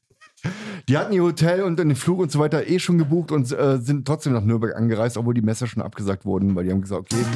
Die hatten ihr Hotel und den Flug und so weiter eh schon gebucht und äh, sind trotzdem nach Nürnberg angereist, obwohl die Messe schon abgesagt wurden, weil die haben gesagt, okay,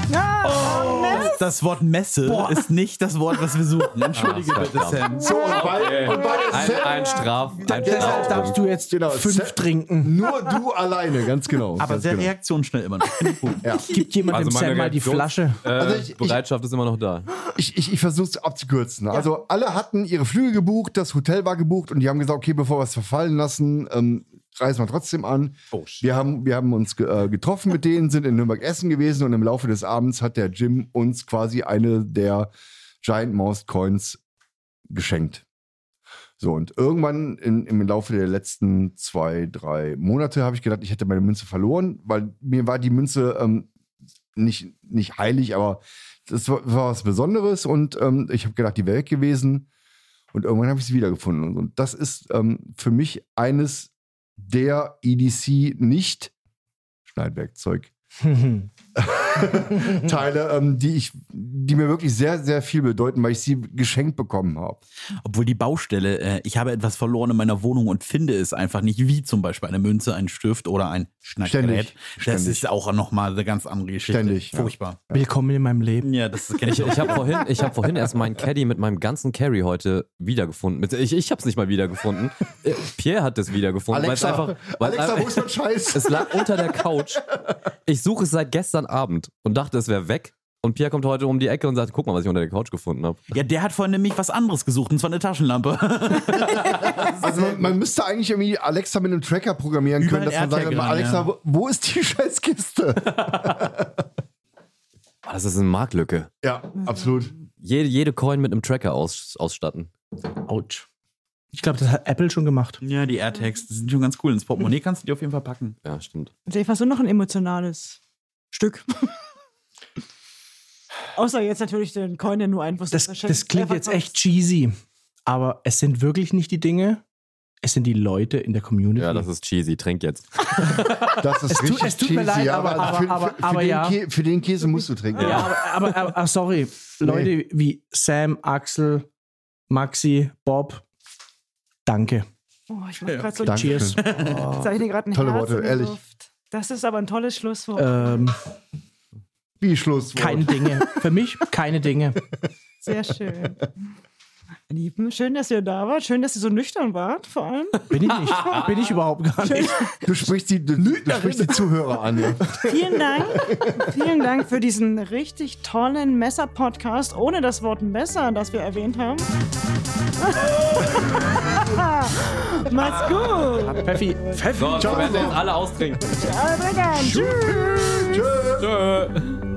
Ah, Das, das Wort Messe ist nicht das Wort, was wir suchen. Entschuldige Ah, bitte, Sam. so, und bei, und bei der Ein, Sam- ein Straf, ein Deshalb Strafpunkt. darfst du jetzt Genau, fünf Sam- trinken. Nur du alleine, ganz genau. Aber ganz sehr genau. reaktionsschnell immer noch. Finde ich gut. Ja. Gibt jemand Also dem meine Sam mal die Reaktions- Flasche? Äh, Also ich- ich- Bereitschaft ist immer noch da. Ich, ich, ich versuche es abzukürzen. Also alle hatten ihre Flüge gebucht, das Hotel war gebucht und die haben gesagt, okay, bevor wir es verfallen lassen, ähm, reisen wir trotzdem an. Oh, shit. Wir haben, wir haben uns ge äh, getroffen mit denen, sind in Nürnberg essen gewesen und im Laufe des Abends hat der Jim uns quasi eine der Giant Mouse Coins geschenkt. So, und irgendwann in, im Laufe der letzten zwei, drei Monate habe ich gedacht, ich hätte meine Münze verloren, weil mir war die Münze ähm, nicht, nicht heilig, aber das war, war was Besonderes und ähm, ich habe gedacht, die wäre weg gewesen und irgendwann habe ich sie wiedergefunden. Und, und das ist ähm, für mich eines der E D C nicht Schneidwerkzeug Teile, ähm, die ich, die mir wirklich sehr, sehr viel bedeuten, weil ich sie geschenkt bekommen habe. Obwohl die Baustelle, äh, ich habe etwas verloren in meiner Wohnung und finde es einfach nicht, wie zum Beispiel eine Münze, ein Stift oder ein Schneidgerät. Ständig. Das Ständig. ist auch nochmal eine ganz andere Geschichte. Ständig, ja. Furchtbar. Willkommen in meinem Leben. Ja, das kenne ich. Ich, ich habe vorhin, ich hab vorhin erst meinen Caddy mit meinem ganzen Carry heute wiedergefunden. Mit- Ich, ich habe es nicht mal wiedergefunden. Äh, Pierre hat es wiedergefunden. weil es Alexa, einfach, weil es Alexa, einfach- wo ist mein Scheiß? Es lag unter der Couch. Ich suche es seit gestern Abend und dachte, es wäre weg. Und Pierre kommt heute um die Ecke und sagt, guck mal, was ich unter der Couch gefunden habe. Ja, der hat vorhin nämlich was anderes gesucht, und zwar eine Taschenlampe. Also man, man müsste eigentlich irgendwie Alexa mit einem Tracker programmieren Überall können, dass man sagt, AirTag dran, Alexa, ja. wo, wo ist die Scheißkiste? Ah, Das ist eine Marktlücke. Ja, absolut. Jede, jede Coin mit einem Tracker aus, ausstatten. Autsch. Ich glaube, das hat Apple schon gemacht. Ja, die AirTags, die sind schon ganz cool. Ins Portemonnaie kannst du die auf jeden Fall packen. Ja, stimmt. Dave, hast du noch ein emotionales Stück? Außer jetzt natürlich den Coin, der nur ein Das, das klingt jetzt echt cheesy, aber es sind wirklich nicht die Dinge. Es sind die Leute in der Community. Ja, das ist cheesy. Trink jetzt. Das ist Es tut- richtig es tut mir cheesy, leid, aber, aber- für, aber- für, für, aber den ja. Kä- für den Käse musst du trinken. Ja, aber, aber, aber, aber sorry, Leute wie Sam, Axel, Maxi, Bob, danke. Oh, ich mach grad so Dankeschön. Cheers. Ich zeichne gerade ein Tolle Herz Worte, in die ehrlich. Luft. Das ist aber ein tolles Schlusswort. Ähm, Wie Schlusswort. keine Dinge. Für mich keine Dinge. Sehr schön. Lieben, schön, dass ihr da wart. Schön, dass ihr so nüchtern wart, vor allem. Bin ich nicht. Bin ich überhaupt gar nicht. Du sprichst die, du, du sprichst die Zuhörer an. Ja. Vielen Dank. Vielen Dank für diesen richtig tollen Messer-Podcast ohne das Wort Messer, das wir erwähnt haben. Macht's gut. Pfeffi, Pfeffi. So, wir werden jetzt alle austrinken. Alle Tschüss. Tschüss. Tschö.